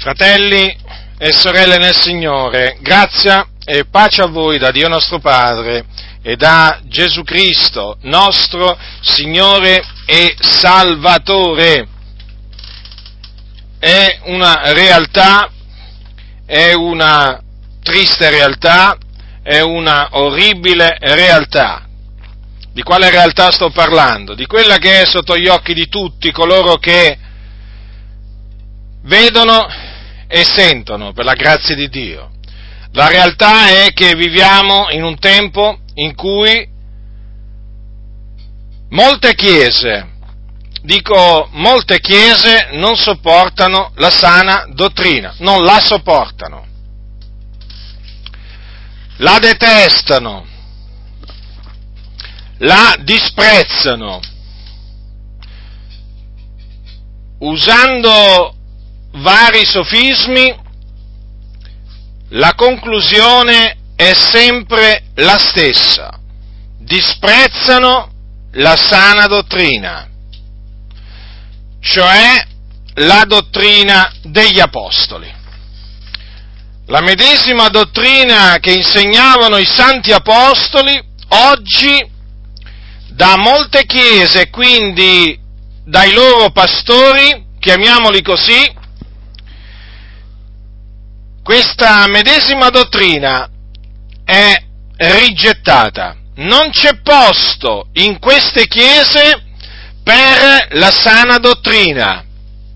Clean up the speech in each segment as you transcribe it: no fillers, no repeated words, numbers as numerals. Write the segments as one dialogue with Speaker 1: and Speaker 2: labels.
Speaker 1: Fratelli e sorelle nel Signore, grazia e pace a voi da Dio nostro Padre e da Gesù Cristo, nostro Signore e Salvatore. È una realtà, è una triste realtà, è una orribile realtà. Di quale realtà sto parlando? Di quella che è sotto gli occhi di tutti coloro che vedono e sentono per la grazia di Dio. La realtà è che viviamo in un tempo in cui molte chiese non sopportano la sana dottrina, non la sopportano, la detestano, la disprezzano, usando vari sofismi. La conclusione è sempre la stessa: disprezzano la sana dottrina, cioè la dottrina degli apostoli. La medesima dottrina che insegnavano i santi apostoli, oggi da molte chiese, quindi dai loro pastori, chiamiamoli così, questa medesima dottrina è rigettata. Non c'è posto in queste chiese per la sana dottrina.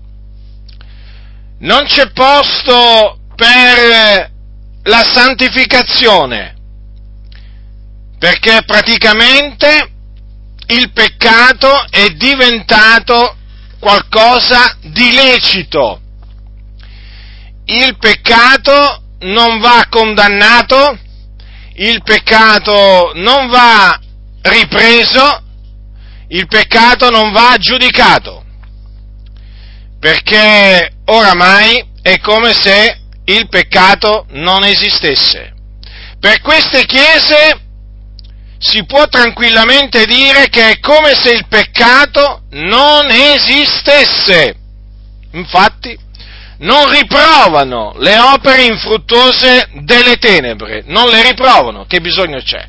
Speaker 1: Non c'è posto per la santificazione, perché praticamente il peccato è diventato qualcosa di lecito. Il peccato non va condannato, il peccato non va ripreso, il peccato non va giudicato, perché oramai è come se il peccato non esistesse. Per queste chiese si può tranquillamente dire che è come se il peccato non esistesse. Infatti, non riprovano le opere infruttuose delle tenebre, non le riprovano. Che bisogno c'è?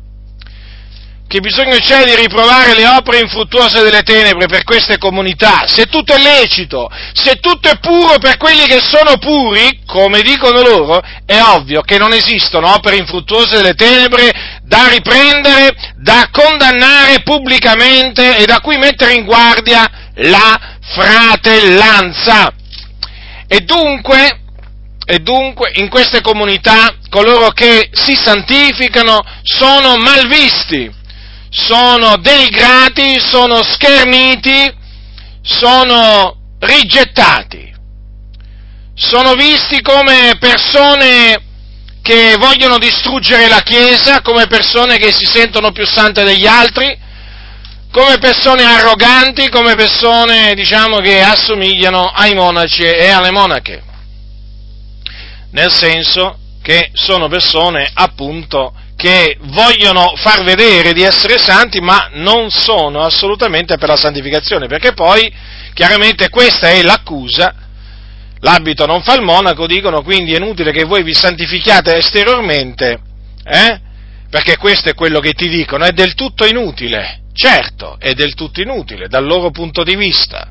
Speaker 1: Che bisogno c'è di riprovare le opere infruttuose delle tenebre per queste comunità? Se tutto è lecito, se tutto è puro per quelli che sono puri, come dicono loro, è ovvio che non esistono opere infruttuose delle tenebre da riprendere, da condannare pubblicamente e da cui mettere in guardia la fratellanza. E dunque, in queste comunità, coloro che si santificano sono malvisti, sono denigrati, sono scherniti, sono rigettati, sono visti come persone che vogliono distruggere la Chiesa, come persone che si sentono più sante degli altri, come persone arroganti, come persone, che assomigliano ai monaci e alle monache, nel senso che sono persone, appunto, che vogliono far vedere di essere santi, ma non sono assolutamente per la santificazione, perché poi, chiaramente, questa è l'accusa. L'abito non fa il monaco, dicono, quindi è inutile che voi vi santifichiate esteriormente, perché questo è quello che ti dicono, è del tutto inutile. Certo, è del tutto inutile dal loro punto di vista,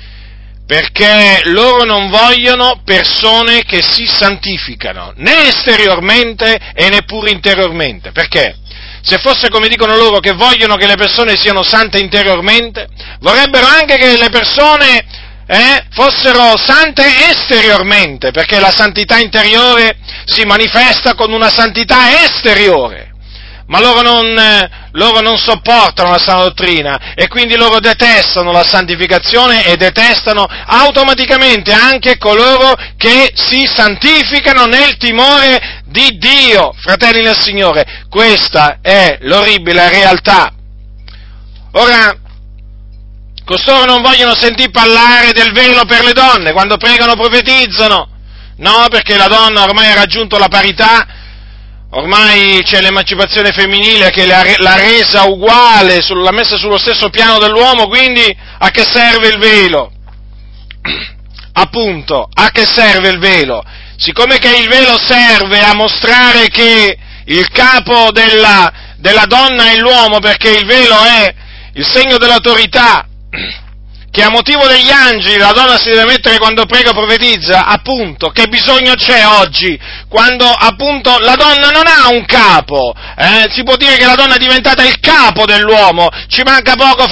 Speaker 1: perché loro non vogliono persone che si santificano, né esteriormente e neppure interiormente, perché se fosse come dicono loro che vogliono che le persone siano sante interiormente, vorrebbero anche che le persone fossero sante esteriormente, perché la santità interiore si manifesta con una santità esteriore. Ma loro non sopportano la sana dottrina e quindi loro detestano la santificazione e detestano automaticamente anche coloro che si santificano nel timore di Dio. Fratelli nel Signore, questa è l'orribile realtà. Ora, costoro non vogliono sentir parlare del velo per le donne, quando pregano profetizzano, no, perché la donna ormai ha raggiunto la parità. Ormai c'è l'emancipazione femminile che l'ha resa uguale, l'ha messa sullo stesso piano dell'uomo, quindi a che serve il velo? appunto, a che serve il velo? Siccome che il velo serve a mostrare che il capo della donna è l'uomo, perché il velo è il segno dell'autorità, che a motivo degli angeli la donna si deve mettere quando prega o profetizza, appunto, che bisogno c'è oggi, quando appunto la donna non ha un capo, si può dire che la donna è diventata il capo dell'uomo, ci manca poco,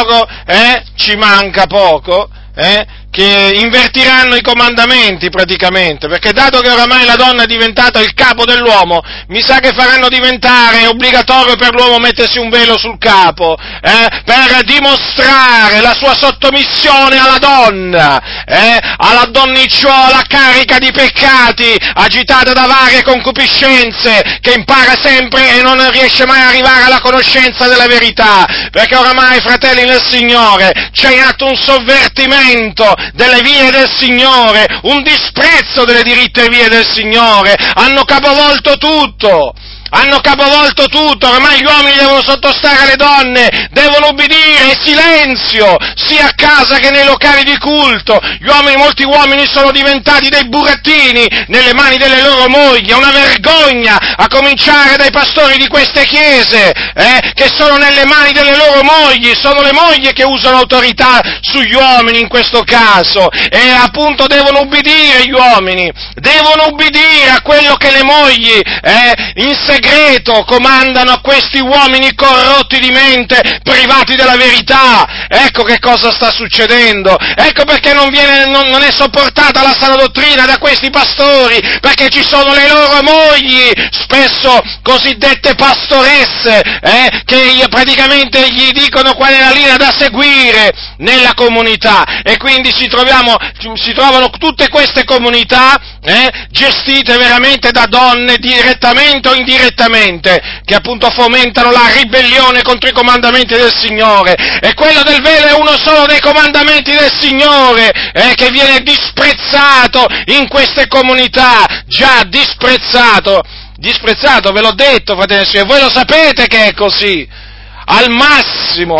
Speaker 1: che invertiranno i comandamenti praticamente, perché dato che oramai la donna è diventata il capo dell'uomo, mi sa che faranno diventare obbligatorio per l'uomo mettersi un velo sul capo, per dimostrare la sua sottomissione alla donna, alla donnicciuola carica di peccati, agitata da varie concupiscenze, che impara sempre e non riesce mai ad arrivare alla conoscenza della verità, perché oramai, fratelli nel Signore, c'è in atto un sovvertimento delle vie del Signore, un disprezzo delle diritte vie del Signore, hanno capovolto tutto, ormai gli uomini devono sottostare alle donne, devono ubbidire, silenzio, sia a casa che nei locali di culto, molti uomini sono diventati dei burattini nelle mani delle loro mogli, è una vergogna, a cominciare dai pastori di queste chiese, che sono nelle mani delle loro mogli, sono le mogli che usano autorità sugli uomini in questo caso, e appunto devono ubbidire gli uomini, devono ubbidire a quello che le mogli, in segreto comandano a questi uomini corrotti di mente, privati della verità. Ecco che cosa sta succedendo, ecco perché non è sopportata la sana dottrina da questi pastori, perché ci sono le loro mogli, spesso cosiddette pastoresse, che praticamente gli dicono qual è la linea da seguire nella comunità, e quindi si trovano tutte queste comunità, gestite veramente da donne, direttamente o indirettamente, che appunto fomentano la ribellione contro i comandamenti del Signore, e quello del velo è uno solo dei comandamenti del Signore, che viene disprezzato in queste comunità, già disprezzato, ve l'ho detto, fratelli, e voi lo sapete che è così, al massimo,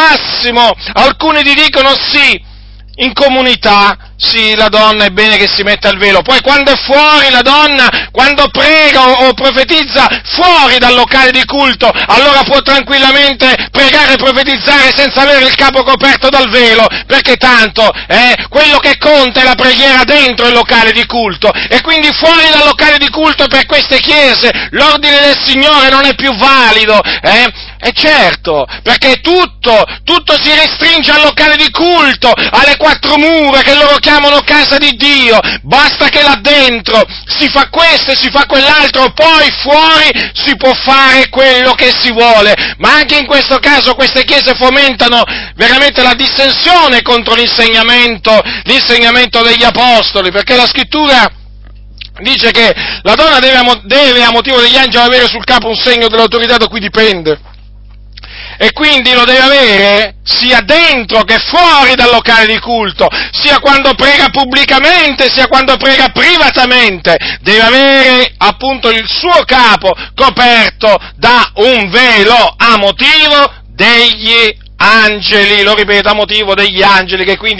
Speaker 1: alcuni ti dicono sì, in comunità, sì, la donna è bene che si metta il velo, poi quando è fuori la donna, quando prega o profetizza fuori dal locale di culto, allora può tranquillamente pregare e profetizzare senza avere il capo coperto dal velo, perché tanto, quello che conta è la preghiera dentro il locale di culto, e quindi fuori dal locale di culto per queste chiese l'ordine del Signore non è più valido, E certo, perché tutto si restringe al locale di culto, alle quattro mura che loro chiamano casa di Dio, basta che là dentro si fa questo e si fa quell'altro, poi fuori si può fare quello che si vuole, ma anche in questo caso queste chiese fomentano veramente la dissensione contro l'insegnamento degli apostoli, perché la Scrittura dice che la donna deve a motivo degli angeli avere sul capo un segno dell'autorità da cui dipende. E quindi lo deve avere sia dentro che fuori dal locale di culto, sia quando prega pubblicamente, sia quando prega privatamente, deve avere appunto il suo capo coperto da un velo a motivo degli angeli, lo ripeto, a motivo degli angeli, che quindi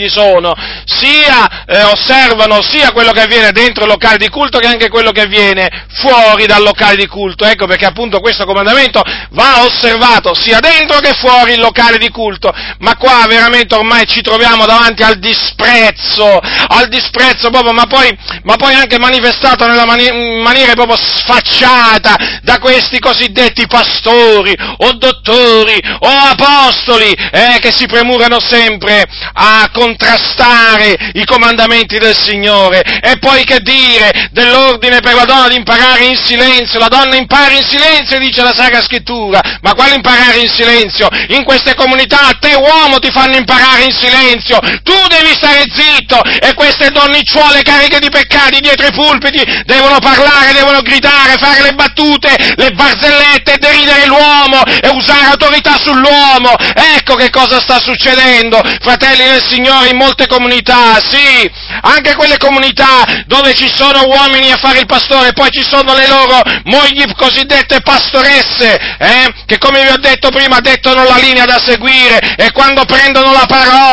Speaker 1: osservano sia quello che avviene dentro il locale di culto che anche quello che avviene fuori dal locale di culto. Ecco perché appunto questo comandamento va osservato sia dentro che fuori il locale di culto, ma qua veramente ormai ci troviamo davanti al disprezzo proprio, ma poi anche manifestato nella maniera proprio sfacciata da questi cosiddetti pastori o dottori o apostoli, che si premurano sempre a contrastare i comandamenti del Signore. E poi che dire dell'ordine per la donna di imparare in silenzio? La donna impara in silenzio, dice la Sacra Scrittura, ma quale imparare in silenzio? In queste comunità a te uomo ti fanno imparare in silenzio, tu devi stare zitto, e queste donnicciuole cariche di peccati dietro i pulpiti devono parlare, devono gridare, fare le battute, le barzellette, deridere l'uomo e usare autorità sull'uomo, Ecco che cosa sta succedendo, fratelli del Signore, in molte comunità, sì, anche quelle comunità dove ci sono uomini a fare il pastore, poi ci sono le loro mogli cosiddette pastoresse, che come vi ho detto prima dettano la linea da seguire, e quando prendono la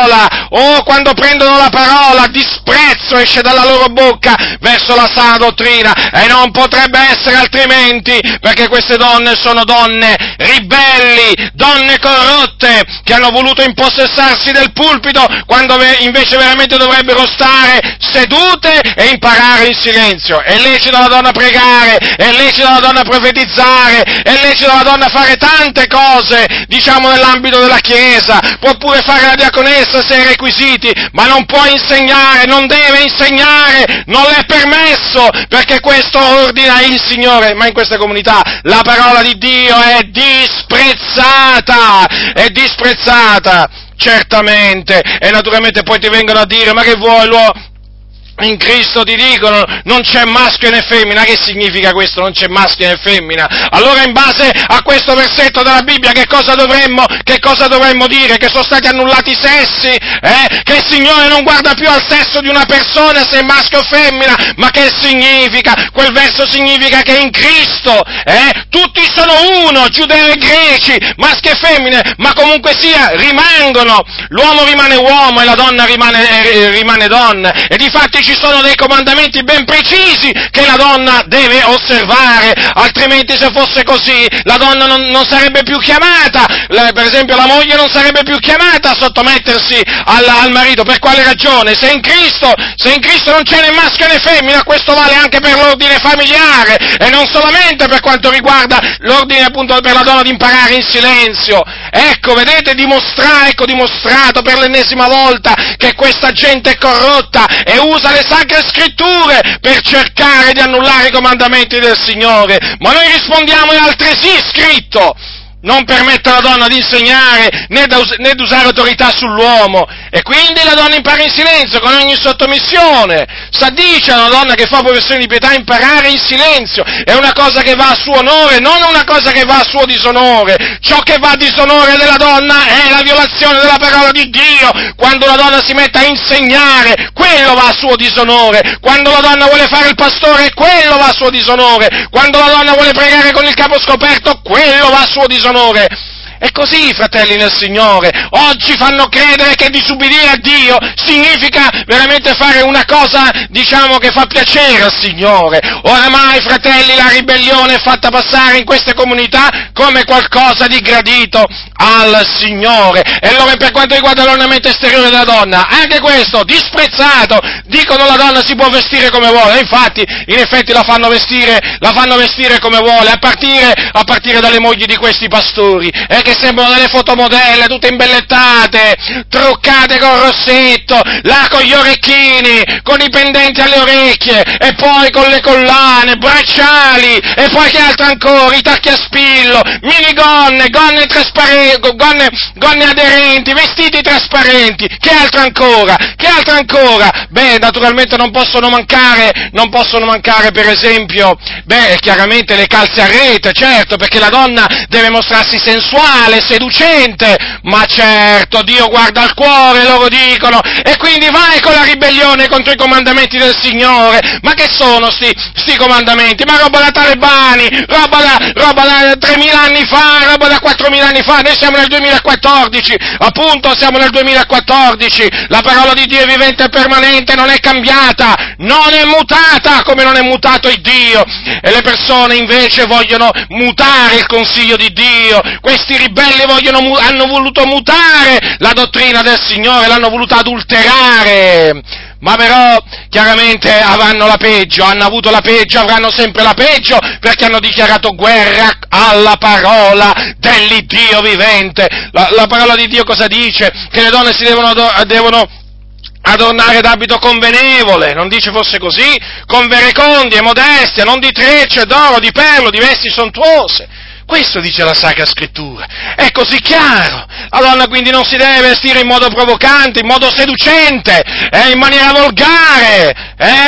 Speaker 1: parola, disprezzo esce dalla loro bocca verso la sana dottrina, e non potrebbe essere altrimenti, perché queste donne sono donne ribelli, donne corrotte, che hanno voluto impossessarsi del pulpito, quando invece veramente dovrebbero stare sedute e imparare in silenzio. È lecito alla donna pregare, è lecito alla donna profetizzare, è lecito alla donna fare tante cose, diciamo, nell'ambito della Chiesa, può pure fare la diaconessa se ha i requisiti, ma non può insegnare, non deve insegnare, non le è permesso, perché questo ordina il Signore. Ma in queste comunità la parola di Dio è disprezzata, certamente, e naturalmente poi ti vengono a dire: ma che vuoi, in Cristo ti dicono non c'è maschio né femmina. Che significa questo, non c'è maschio né femmina? Allora, in base a questo versetto della Bibbia, che cosa dovremmo dire? Che sono stati annullati i sessi? Che il Signore non guarda più al sesso di una persona se è maschio o femmina? Ma che significa? Quel verso significa che in Cristo tutti sono uno, giudei e greci, maschi e femmine, ma comunque sia rimangono, l'uomo rimane uomo e la donna rimane donna, e difatti ci sono dei comandamenti ben precisi che la donna deve osservare, altrimenti, se fosse così, la donna non sarebbe più chiamata, per esempio la moglie non sarebbe più chiamata a sottomettersi al marito. Per quale ragione? Se in Cristo non c'è né maschio né femmina, questo vale anche per l'ordine familiare, e non solamente per quanto riguarda l'ordine appunto per la donna di imparare in silenzio. Ecco, vedete, dimostrato per l'ennesima volta che questa gente è corrotta e usa le sacre scritture per cercare di annullare i comandamenti del Signore. Ma noi rispondiamo: è altresì scritto: non permette alla donna di insegnare né di usare autorità sull'uomo, e quindi la donna impara in silenzio con ogni sottomissione. S'addice a una donna che fa professione di pietà imparare in silenzio, è una cosa che va a suo onore, non una cosa che va a suo disonore. Ciò che va a disonore della donna è la violazione della parola di Dio. Quando la donna si mette a insegnare, quello va a suo disonore. Quando la donna vuole fare il pastore, quello va a suo disonore. Quando la donna vuole pregare con il capo scoperto, quello va a suo disonore. È così, fratelli nel Signore. Oggi fanno credere che disubbidire a Dio significa veramente fare una cosa, diciamo, che fa piacere al Signore. Oramai, fratelli, la ribellione è fatta passare in queste comunità come qualcosa di gradito al Signore. E allora, per quanto riguarda l'ornamento esteriore della donna, anche questo disprezzato. Dicono la donna si può vestire come vuole, infatti, in effetti la fanno vestire come vuole, a partire dalle mogli di questi pastori, che sembrano delle fotomodelle, tutte imbellettate, truccate col rossetto, là con gli orecchini, con i pendenti alle orecchie, e poi con le collane, bracciali, e poi che altro ancora, i tacchi a spillo, minigonne, gonne trasparenti, gonne aderenti, vestiti trasparenti, che altro ancora? Beh, naturalmente non possono mancare per esempio, chiaramente le calze a rete, certo, perché la donna deve mostrarsi sensuale, seducente, ma certo, Dio guarda al cuore, loro dicono, e quindi vai con la ribellione contro i comandamenti del Signore. Ma che sono sti comandamenti? Ma roba da talebani, roba da 3.000 anni fa, roba da 4.000 anni fa. Noi siamo nel 2014, appunto siamo nel 2014, la parola di Dio è vivente e permanente, non è cambiata, non è mutata, come non è mutato il Dio, e le persone invece vogliono mutare il consiglio di Dio. Questi ribelli hanno voluto mutare la dottrina del Signore, l'hanno voluta adulterare, ma però chiaramente avranno la peggio, hanno avuto la peggio, avranno sempre la peggio, perché hanno dichiarato guerra alla parola dell'Iddio vivente. La parola di Dio cosa dice? Che le donne si devono adornare d'abito convenevole, non dice forse così? Con verecondie, modestia, non di trecce, d'oro, di perlo, di vesti sontuose. Questo dice la Sacra Scrittura, è così chiaro. La donna quindi non si deve vestire in modo provocante, in modo seducente, in maniera volgare,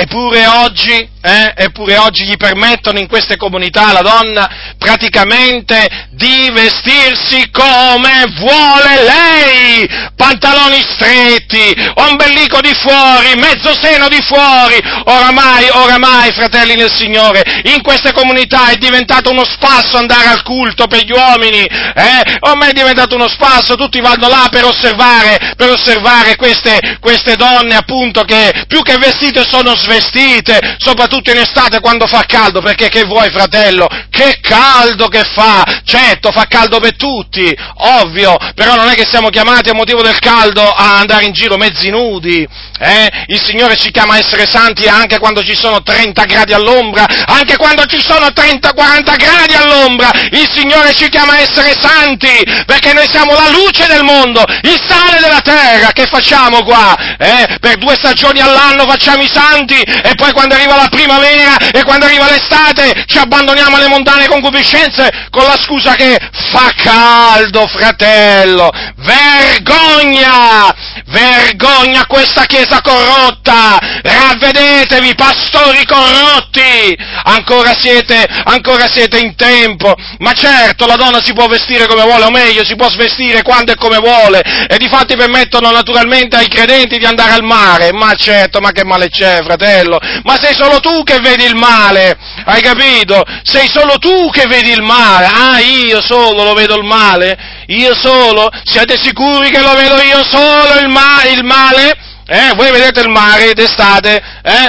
Speaker 1: Eppure oggi gli permettono in queste comunità alla donna praticamente di vestirsi come vuole lei, pantaloni stretti, ombelico di fuori, mezzo seno di fuori. Oramai, fratelli nel Signore, in queste comunità è diventato uno spasso andare al culto per gli uomini, ormai è diventato uno spasso, tutti vanno là per osservare queste donne appunto che più che vestite sono svestite, soprattutto in estate quando fa caldo, perché che vuoi, fratello? Che caldo che fa! Certo, fa caldo per tutti, ovvio, però non è che siamo chiamati a motivo del caldo a andare in giro mezzi nudi, Il Signore ci chiama a essere santi anche quando ci sono 30 gradi all'ombra, anche quando ci sono 30-40 gradi all'ombra, il Signore ci chiama a essere santi, perché noi siamo la luce del mondo, il sale della terra. Che facciamo qua? Per 2 stagioni all'anno facciamo i santi, e poi quando arriva la primavera e quando arriva l'estate ci abbandoniamo alle mondane concupiscenze con la scusa che fa caldo, fratello. Vergogna! Vergogna questa Chiesa corrotta! Ravvedetevi, pastori corrotti! Ancora siete in tempo. Ma certo, la donna si può vestire come vuole, o meglio, si può svestire quando e come vuole, e difatti permettono naturalmente ai credenti di andare al mare. Ma certo, ma che male c'è, fratello? Ma sei solo tu che vedi il male, hai capito? Sei solo tu che vedi il male. Ah, io solo lo vedo il male? Io solo? Siete sicuri che lo vedo io solo il male? Voi vedete il mare d'estate?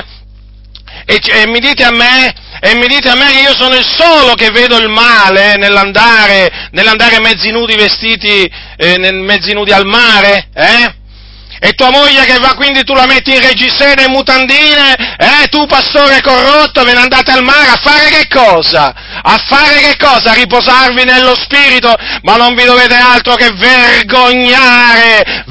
Speaker 1: E mi dite a me che io sono il solo che vedo il male nell'andare mezzi nudi vestiti, mezzi nudi al mare? E tua moglie che va, quindi tu la metti in reggiseno e mutandine, tu pastore corrotto, ve ne andate al mare a fare che cosa? A fare che cosa? A riposarvi nello spirito? Ma non vi dovete altro che vergognare,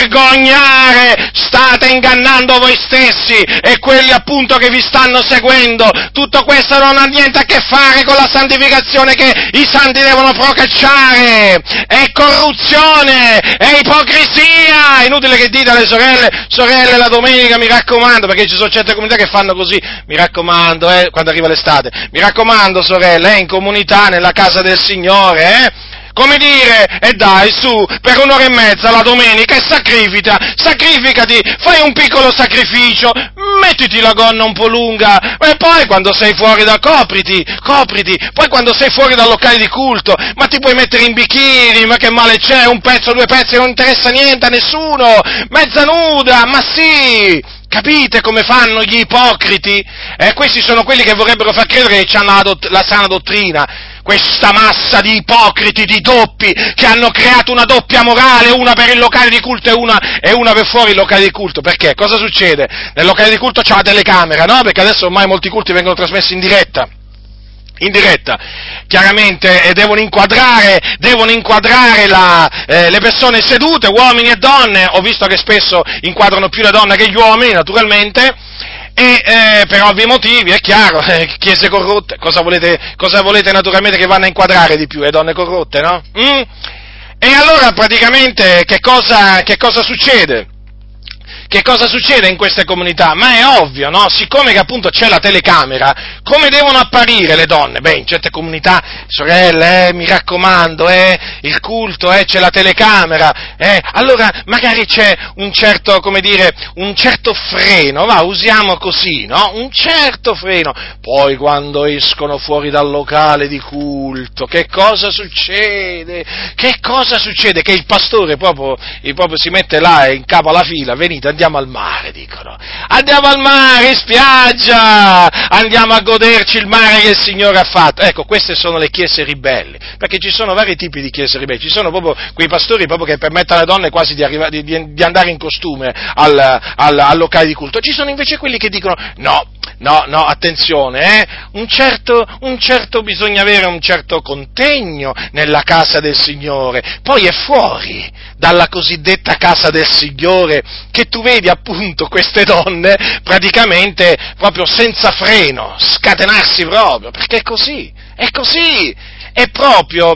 Speaker 1: state ingannando voi stessi e quelli appunto che vi stanno seguendo. Tutto questo non ha niente a che fare con la santificazione che i santi devono procacciare, è corruzione, è ipocrisia. Inutile che dite alle sorelle la domenica, mi raccomando, perché ci sono certe comunità che fanno così, mi raccomando, quando arriva l'estate, mi raccomando sorelle, in comunità, nella casa del Signore, come dire, e dai, su, per 1 ora e mezza la domenica e sacrificati, fai un piccolo sacrificio, mettiti la gonna un po' lunga, e poi quando sei fuori copriti, poi quando sei fuori dal locale di culto, ma ti puoi mettere in bikini, ma che male c'è, 1 pezzo, 2 pezzi, non interessa niente a nessuno, mezza nuda, ma sì! Capite come fanno gli ipocriti? Questi sono quelli che vorrebbero far credere che hanno la sana dottrina, questa massa di ipocriti, di doppi, che hanno creato una doppia morale, una per il locale di culto e una per fuori il locale di culto. Perché? Cosa succede? Nel locale di culto c'è la telecamera, no? Perché adesso ormai molti culti vengono trasmessi in diretta, chiaramente, e devono inquadrare le persone sedute, uomini e donne. Ho visto che spesso inquadrano più le donne che gli uomini, naturalmente, e per ovvi motivi, è chiaro, chiese corrotte, cosa volete naturalmente che vanno a inquadrare di più, le donne corrotte, no? E allora praticamente che cosa succede? Che cosa succede in queste comunità? Ma è ovvio, no? Siccome che appunto c'è la telecamera, come devono apparire le donne? Beh, in certe comunità, sorelle, mi raccomando, il culto, c'è la telecamera, allora magari c'è un certo freno, usiamo così, no? Un certo freno. Poi quando escono fuori dal locale di culto, che cosa succede? Che il pastore proprio si mette là in capo alla fila, venite, andiamo al mare, dicono. Andiamo al mare, in spiaggia, andiamo a goderci il mare che il Signore ha fatto. Ecco, queste sono le chiese ribelli, perché ci sono vari tipi di chiese ribelli, ci sono proprio quei pastori proprio che permettono alle donne quasi di andare in costume al locale di culto. Ci sono invece quelli che dicono no, attenzione, bisogna avere un certo contegno nella casa del Signore, poi è fuori dalla cosiddetta casa del Signore che tu vedi appunto queste donne praticamente proprio senza freno, scatenarsi proprio, perché è così, è proprio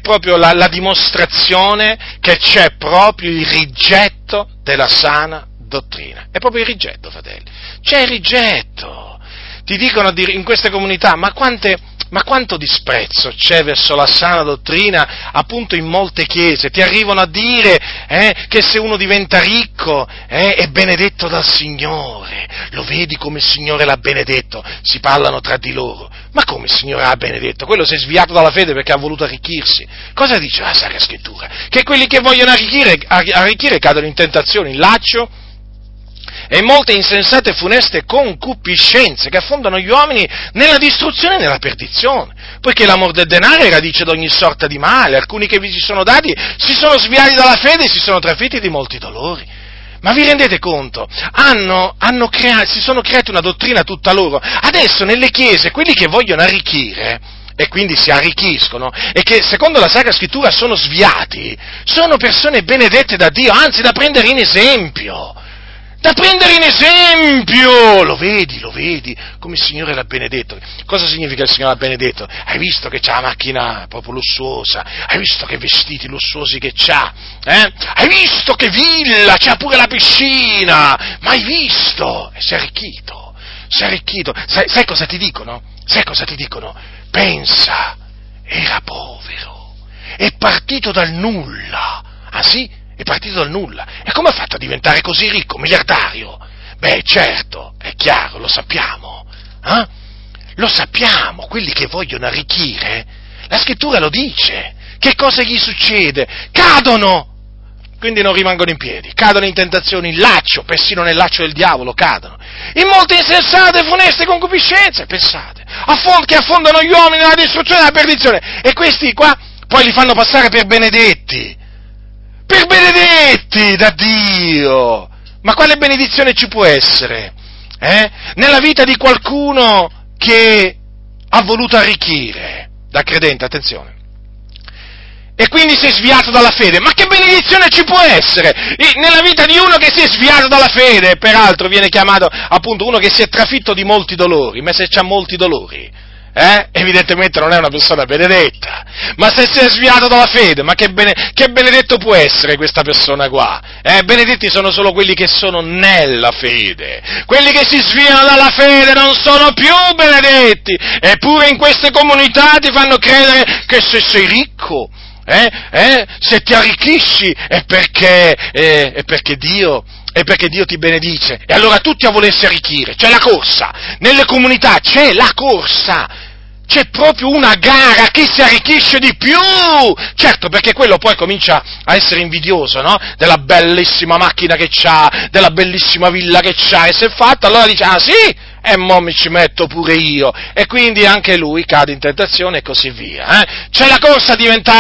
Speaker 1: la dimostrazione che c'è proprio il rigetto della sana dottrina. È proprio il rigetto, fratelli. C'è il rigetto. Ti dicono in queste comunità, ma quanto disprezzo c'è verso la sana dottrina, appunto in molte chiese. Ti arrivano a dire che se uno diventa ricco è benedetto dal Signore. Lo vedi come il Signore l'ha benedetto? Si parlano tra di loro. Ma come il Signore l'ha benedetto? Quello si è sviato dalla fede perché ha voluto arricchirsi. Cosa dice la Sacra Scrittura? Che quelli che vogliono arricchire cadono in tentazione, in laccio e in molte insensate e funeste concupiscenze che affondano gli uomini nella distruzione e nella perdizione, poiché l'amor del denaro è radice di ogni sorta di male. Alcuni che vi si sono dati si sono sviati dalla fede e si sono trafitti di molti dolori. Ma vi rendete conto? Si sono creati una dottrina tutta loro. Adesso nelle chiese quelli che vogliono arricchire e quindi si arricchiscono e che secondo la Sacra Scrittura sono sviati, sono persone benedette da Dio, anzi da prendere in esempio. Da prendere in esempio! Lo vedi, come il Signore l'ha benedetto. Cosa significa il Signore l'ha benedetto? Hai visto che c'ha la macchina proprio lussuosa? Hai visto che vestiti lussuosi che c'ha? Hai visto che villa? C'ha pure la piscina! Ma hai visto? E si è arricchito. Sai cosa ti dicono? Pensa, era povero, è partito dal nulla. Ah sì? È partito dal nulla. E come ha fatto a diventare così ricco, miliardario? Beh, certo, è chiaro, lo sappiamo. Lo sappiamo, quelli che vogliono arricchire, la Scrittura lo dice. Che cosa gli succede? Cadono! Quindi non rimangono in piedi, cadono in tentazioni, in laccio, persino nel laccio del diavolo cadono. In molte insensate e funeste concupiscenze, pensate, che affondano gli uomini nella distruzione e nella perdizione. E questi qua poi li fanno passare per benedetti da Dio! Ma quale benedizione ci può essere? Nella vita di qualcuno che ha voluto arricchire, da credente, attenzione, e quindi si è sviato dalla fede, ma che benedizione ci può essere nella vita di uno che si è sviato dalla fede? Peraltro viene chiamato appunto uno che si è trafitto di molti dolori, ma se c'ha molti dolori, evidentemente non è una persona benedetta. Ma se si è sviato dalla fede, ma che benedetto può essere questa persona qua? Benedetti sono solo quelli che sono nella fede. Quelli che si sviano dalla fede non sono più benedetti. Eppure in queste comunità ti fanno credere che se sei ricco, se ti arricchisci è perché Dio ti benedice, e allora tutti a volersi arricchire. C'è la corsa, nelle comunità c'è la corsa, c'è proprio una gara, chi si arricchisce di più, certo, perché quello poi comincia a essere invidioso, no? Della bellissima macchina che c'ha, della bellissima villa che c'ha, e se è fatta, allora dice, ah sì? E mo mi ci metto pure io, e quindi anche lui cade in tentazione e così via. C'è la corsa a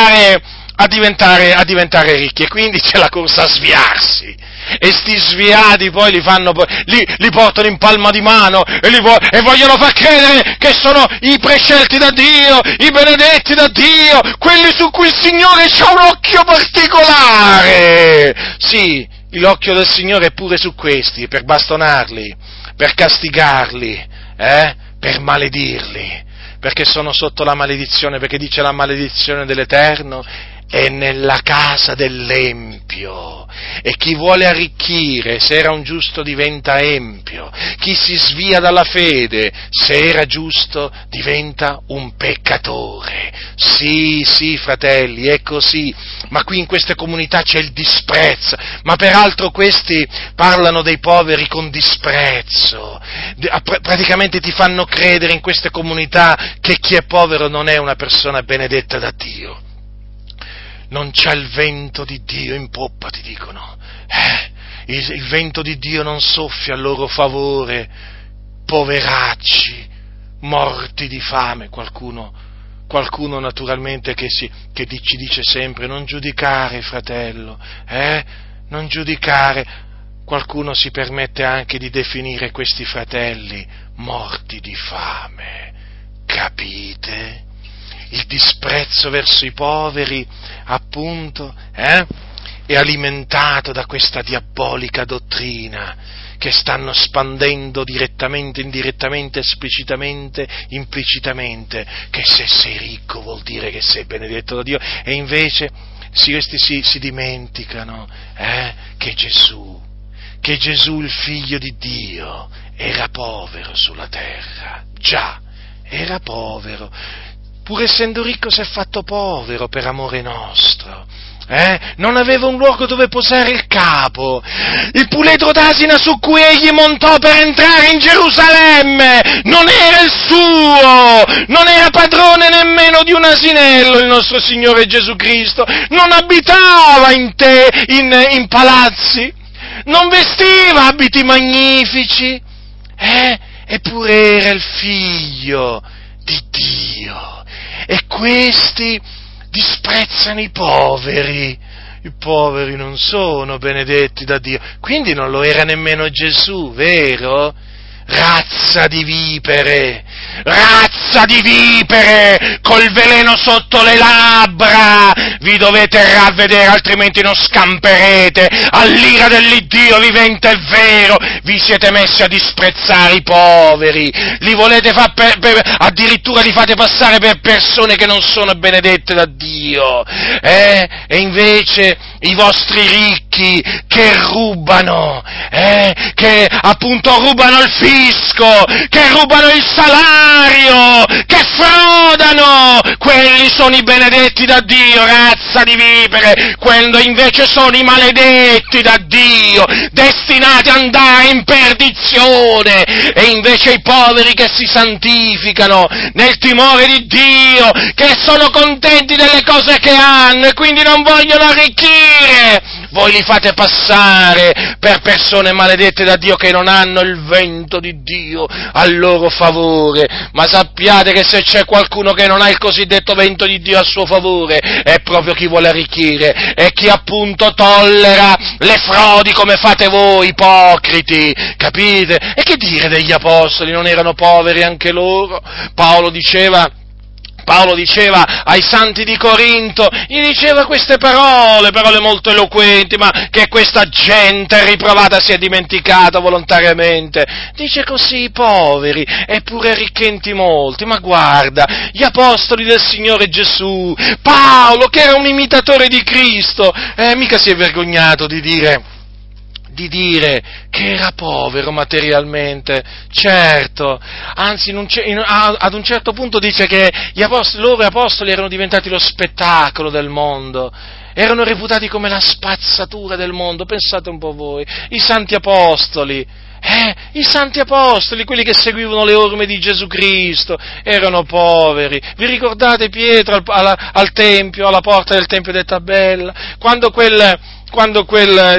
Speaker 1: diventare ricchi, e quindi c'è la corsa a sviarsi, e sti sviati poi li portano in palma di mano e vogliono far credere che sono i prescelti da Dio, i benedetti da Dio, quelli su cui il Signore c'ha un occhio particolare. Sì, l'occhio del Signore è pure su questi, per bastonarli, per castigarli, per maledirli, perché sono sotto la maledizione, perché dice la maledizione dell'Eterno è nella casa dell'empio, e chi vuole arricchire, se era un giusto diventa empio, chi si svia dalla fede, se era giusto diventa un peccatore. Sì, fratelli, è così, ma qui in queste comunità c'è il disprezzo, ma peraltro questi parlano dei poveri con disprezzo, praticamente ti fanno credere in queste comunità che chi è povero non è una persona benedetta da Dio. Non c'è il vento di Dio in poppa, ti dicono. Il vento di Dio non soffia a loro favore, poveracci, morti di fame. Qualcuno naturalmente che ci dice sempre, non giudicare, fratello, non giudicare. Qualcuno si permette anche di definire questi fratelli morti di fame. Capite? Il disprezzo verso i poveri, appunto, è alimentato da questa diabolica dottrina che stanno spandendo direttamente, indirettamente, esplicitamente, implicitamente, che se sei ricco vuol dire che sei benedetto da Dio, e invece questi si dimenticano che che Gesù, il figlio di Dio, era povero sulla terra. Già, era povero. Pur essendo ricco si è fatto povero per amore nostro. Non aveva un luogo dove posare il capo. Il puledro d'asina su cui egli montò per entrare in Gerusalemme non era il suo, non era padrone nemmeno di un asinello il nostro Signore Gesù Cristo, non abitava in palazzi, non vestiva abiti magnifici, eppure era il figlio di Dio. E questi disprezzano i poveri non sono benedetti da Dio, quindi non lo era nemmeno Gesù, vero? Razza di vipere, col veleno sotto le labbra, vi dovete ravvedere, altrimenti non scamperete, all'ira dell'Iddio vivente e vero, vi siete messi a disprezzare i poveri, li volete addirittura li fate passare per persone che non sono benedette da Dio, e invece i vostri ricchi che rubano, che appunto rubano il fisco, che rubano il salario, che frodano, quelli sono i benedetti da Dio, razza di vipere, quando invece sono i maledetti da Dio, destinati ad andare in perdizione, e invece i poveri che si santificano nel timore di Dio, che sono contenti delle cose che hanno e quindi non vogliono arricchire, voi li fate passare per persone maledette da Dio che non hanno il vento di Dio a loro favore, ma sappiate che se c'è qualcuno che non ha il cosiddetto vento di Dio a suo favore è proprio chi vuole arricchire, e chi appunto tollera le frodi come fate voi, ipocriti, capite? E che dire degli apostoli, non erano poveri anche loro? Paolo diceva ai santi di Corinto, gli diceva queste parole molto eloquenti, ma che questa gente riprovata si è dimenticata volontariamente. Dice così: i poveri, eppure arricchenti molti. Ma guarda, gli apostoli del Signore Gesù, Paolo, che era un imitatore di Cristo, mica si è vergognato di dire che era povero materialmente, certo, anzi ad un certo punto dice che loro apostoli erano diventati lo spettacolo del mondo, erano reputati come la spazzatura del mondo. Pensate un po' voi, i santi apostoli, quelli che seguivano le orme di Gesù Cristo, erano poveri. Vi ricordate Pietro al Tempio, alla porta del Tempio detta Bella, quando quello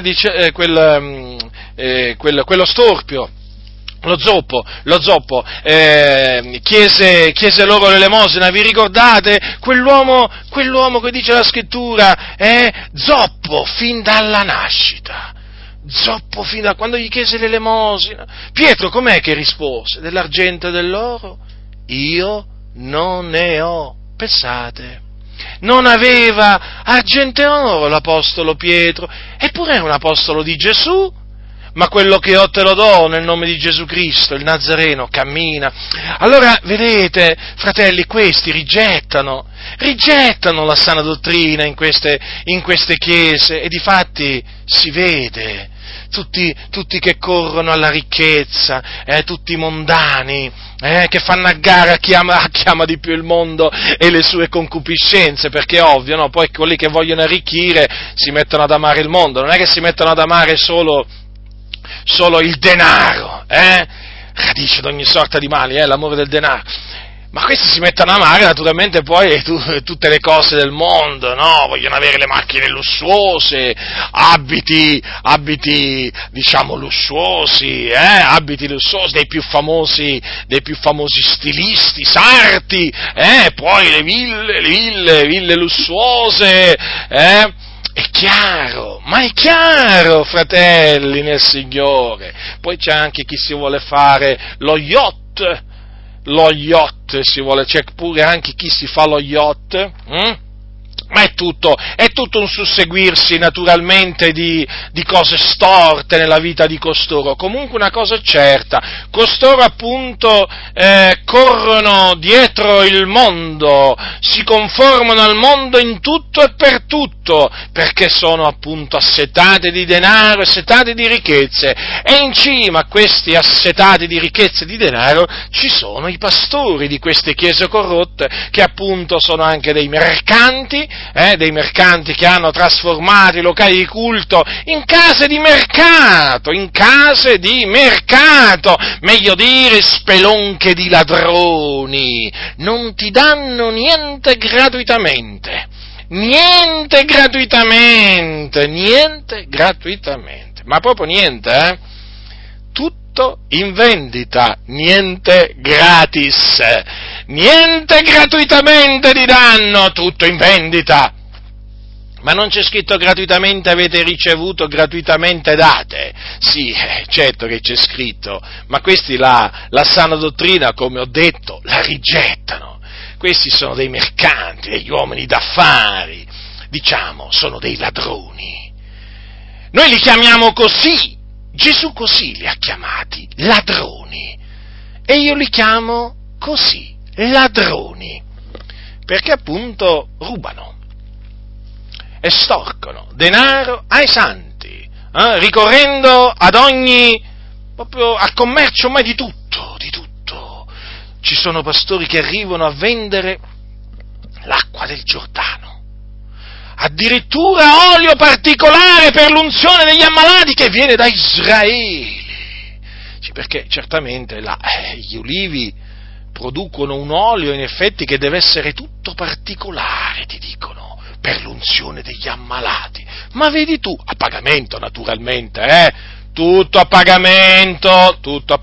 Speaker 1: storpio, lo zoppo, chiese loro l'elemosina? Vi ricordate? Quell'uomo che dice la scrittura, zoppo fin dalla nascita. Quando gli chiese l'elemosina, Pietro com'è che rispose? Dell'argento e dell'oro io non ne ho. Pensate, non aveva argento e oro l'apostolo Pietro, eppure era un apostolo di Gesù. Ma quello che ho te lo do nel nome di Gesù Cristo, il Nazareno, cammina. Allora, vedete, fratelli, questi rigettano la sana dottrina in queste chiese, e difatti si vede, tutti che corrono alla ricchezza, tutti mondani, che fanno a gara a chi ama di più il mondo e le sue concupiscenze, perché è ovvio, no? Poi quelli che vogliono arricchire si mettono ad amare il mondo, non è che si mettono ad amare solo il denaro, radice di ogni sorta di mali, l'amore del denaro, ma questi si mettono a amare naturalmente poi tutte le cose del mondo, no? Vogliono avere le macchine lussuose, abiti diciamo lussuosi, abiti lussuosi dei più famosi stilisti, sarti, poi le ville lussuose, È chiaro, fratelli, nel Signore. Poi c'è anche chi si vuole fare lo yacht c'è pure anche chi si fa lo yacht, Ma è tutto un susseguirsi naturalmente di cose storte nella vita di costoro. Comunque una cosa è certa, costoro appunto corrono dietro il mondo, si conformano al mondo in tutto e per tutto, perché sono appunto assetati di denaro, assetati di ricchezze, e in cima a questi assetati di ricchezze e di denaro ci sono i pastori di queste chiese corrotte, che appunto sono anche dei mercanti che hanno trasformato i locali di culto in case di mercato, meglio dire spelonche di ladroni, non ti danno niente gratuitamente, ma proprio niente, tutto in vendita, niente gratis, niente gratuitamente ti danno, tutto in vendita. Ma non c'è scritto gratuitamente avete ricevuto, gratuitamente date? Sì, certo che c'è scritto, ma questi la sana dottrina, come ho detto, la rigettano. Questi sono dei mercanti, degli uomini d'affari, sono dei ladroni. Noi li chiamiamo così, Gesù così li ha chiamati, ladroni, e io li chiamo così, ladroni, perché appunto rubano, estorcono denaro ai santi, ricorrendo al commercio ormai di tutto. Ci sono pastori che arrivano a vendere l'acqua del Giordano, addirittura olio particolare per l'unzione degli ammalati che viene da Israele. Sì, perché certamente gli ulivi producono un olio in effetti che deve essere tutto particolare, ti dicono, per l'unzione degli ammalati. Ma vedi tu, a pagamento naturalmente, tutto a pagamento.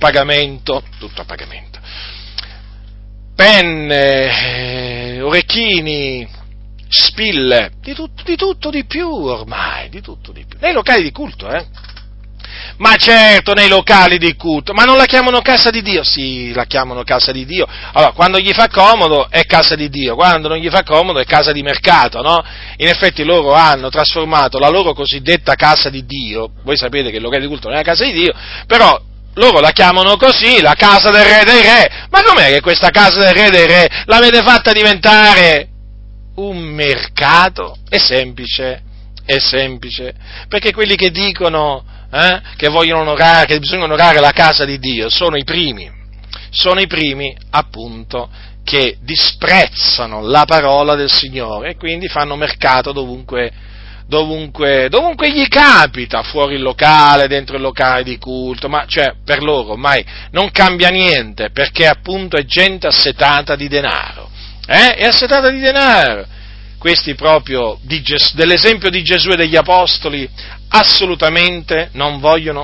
Speaker 1: Penne, orecchini, spille, di tutto di più ormai, nei locali di culto, Ma certo, nei locali di culto, ma non la chiamano casa di Dio? Sì, la chiamano casa di Dio. Allora, quando gli fa comodo è casa di Dio, quando non gli fa comodo è casa di mercato, no? In effetti loro hanno trasformato la loro cosiddetta casa di Dio, voi sapete che il locale di culto non è la casa di Dio, però loro la chiamano così, la casa del re dei re. Ma com'è che questa casa del re dei re l'avete fatta diventare un mercato? È semplice, perché quelli che dicono che bisogna onorare la casa di Dio sono i primi appunto che disprezzano la parola del Signore e quindi fanno mercato dovunque gli capita, fuori il locale, dentro il locale di culto, ma cioè per loro ormai non cambia niente, perché appunto è gente assetata di denaro, è assetata di denaro. Questi proprio dell'esempio di Gesù e degli Apostoli assolutamente non vogliono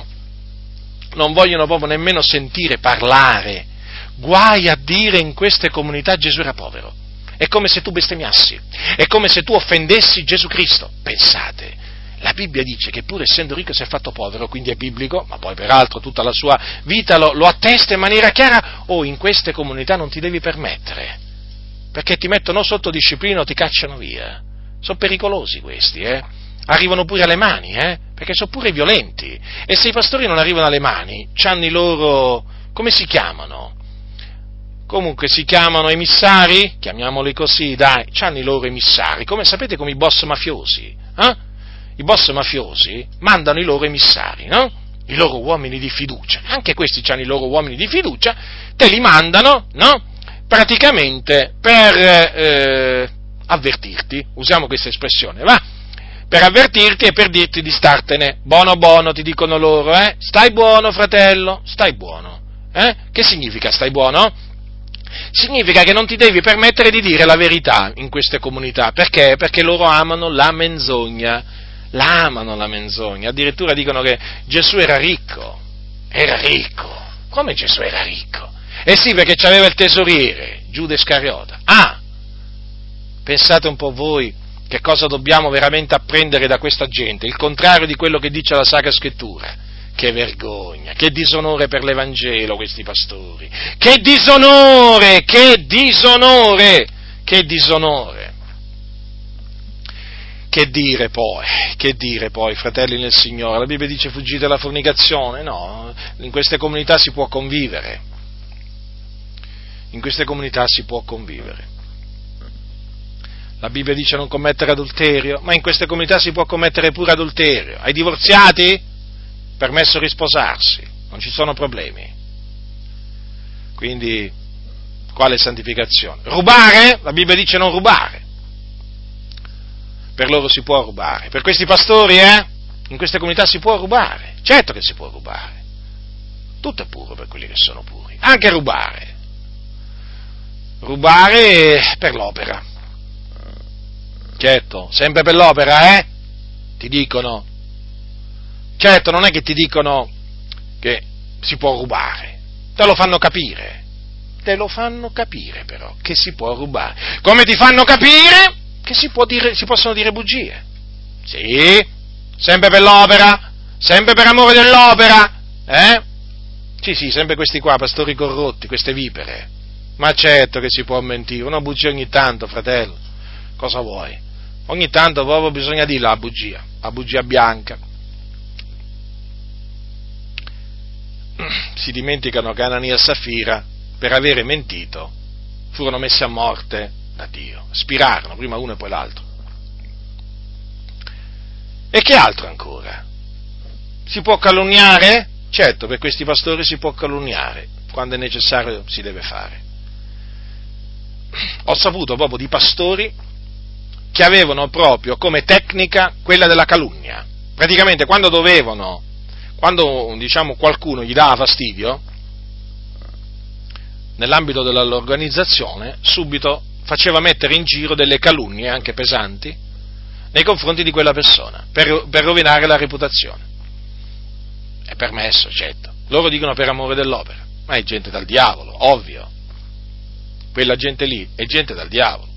Speaker 1: proprio nemmeno sentire parlare. Guai a dire in queste comunità Gesù era povero. È come se tu bestemmiassi, è come se tu offendessi Gesù Cristo. Pensate, la Bibbia dice che pur essendo ricco si è fatto povero, quindi è biblico, ma poi peraltro tutta la sua vita lo attesta in maniera chiara. In queste comunità non ti devi permettere, perché ti mettono sotto disciplina o ti cacciano via. Sono pericolosi questi, Arrivano pure alle mani, perché sono pure violenti. E se i pastori non arrivano alle mani, c'hanno i loro, come si chiamano? Comunque si chiamano emissari, chiamiamoli così, dai, c'hanno i loro emissari, sapete come i boss mafiosi, I boss mafiosi mandano i loro emissari, no? I loro uomini di fiducia, anche questi c'hanno i loro uomini di fiducia, te li mandano, no? Praticamente per avvertirti, usiamo questa espressione, va? Per avvertirti e per dirti di startene, buono, ti dicono loro, stai buono fratello, stai buono, Che significa stai buono? Significa che non ti devi permettere di dire la verità in queste comunità, perché? Perché loro amano la menzogna, addirittura dicono che Gesù era ricco, come Gesù era ricco? Sì, perché c'aveva il tesoriere, Giuda Iscariota. Pensate un po' voi che cosa dobbiamo veramente apprendere da questa gente, il contrario di quello che dice la Sacra Scrittura. Che vergogna, che disonore per l'Evangelo questi pastori, che disonore! Che dire poi, fratelli nel Signore? La Bibbia dice fuggite dalla fornicazione? No, in queste comunità si può convivere. In queste comunità si può convivere. La Bibbia dice non commettere adulterio, ma in queste comunità si può commettere pure adulterio. Ai divorziati? Permesso risposarsi, non ci sono problemi. Quindi, quale santificazione? Rubare? La Bibbia dice non rubare. Per loro si può rubare. Per questi pastori, in queste comunità si può rubare. Certo che si può rubare. Tutto è puro per quelli che sono puri. Anche rubare. Rubare per l'opera. Certo, sempre per l'opera, ti dicono. Certo, non è che ti dicono che si può rubare. Te lo fanno capire. Te lo fanno capire però, che si può rubare. Come ti fanno capire che si possono dire bugie. Sì, sempre per l'opera, sempre per amore dell'opera, Sì, sempre questi qua, pastori corrotti, queste vipere. Ma certo che si può mentire, una bugia ogni tanto, fratello. Cosa vuoi? Ogni tanto proprio bisogna dire la bugia bianca. Si dimenticano che Anania e Safira, per avere mentito, furono messi a morte da Dio, spirarono, prima uno e poi l'altro. E che altro ancora? Si può calunniare? Certo, per questi pastori si può calunniare, quando è necessario si deve fare. Ho saputo proprio di pastori che avevano proprio come tecnica quella della calunnia. Praticamente quando qualcuno gli dava fastidio, nell'ambito della loro organizzazione, subito faceva mettere in giro delle calunnie, anche pesanti, nei confronti di quella persona, per rovinare la reputazione. È permesso, certo. Loro dicono per amore dell'opera, ma è gente dal diavolo, ovvio. Quella gente lì è gente dal diavolo.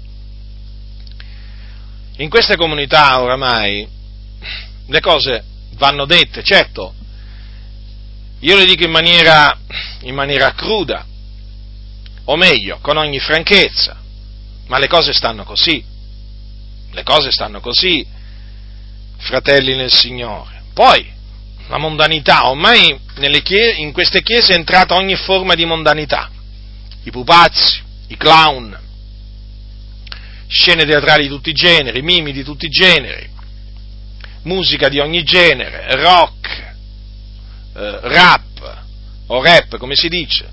Speaker 1: In queste comunità oramai le cose vanno dette, certo. Io le dico in maniera cruda, o meglio, con ogni franchezza, ma le cose stanno così, fratelli nel Signore. Poi, la mondanità, ormai in queste chiese è entrata ogni forma di mondanità, i pupazzi, i clown, scene teatrali di tutti i generi, mimi di tutti i generi, musica di ogni genere, rock, rap, o rap come si dice,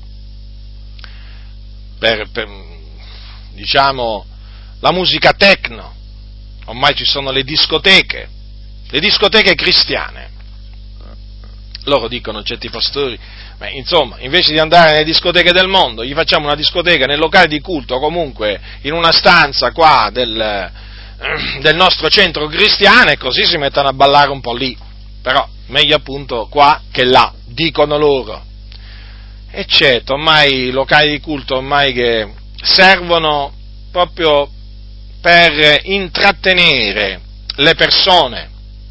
Speaker 1: diciamo la musica techno. Ormai ci sono le discoteche cristiane. Loro dicono, certi pastori, ma insomma, invece di andare nelle discoteche del mondo, gli facciamo una discoteca nel locale di culto, o comunque in una stanza qua del nostro centro cristiano, e così si mettono a ballare un po' lì. Però meglio appunto qua che là, dicono loro. E certo, ormai i locali di culto ormai che servono proprio per intrattenere le persone.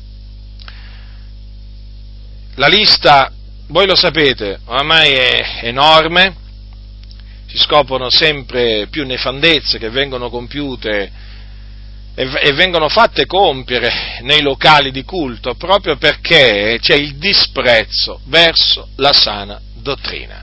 Speaker 1: La lista, voi lo sapete, ormai è enorme, si scoprono sempre più nefandezze che vengono compiute e vengono fatte compiere nei locali di culto proprio perché c'è il disprezzo verso la sana dottrina.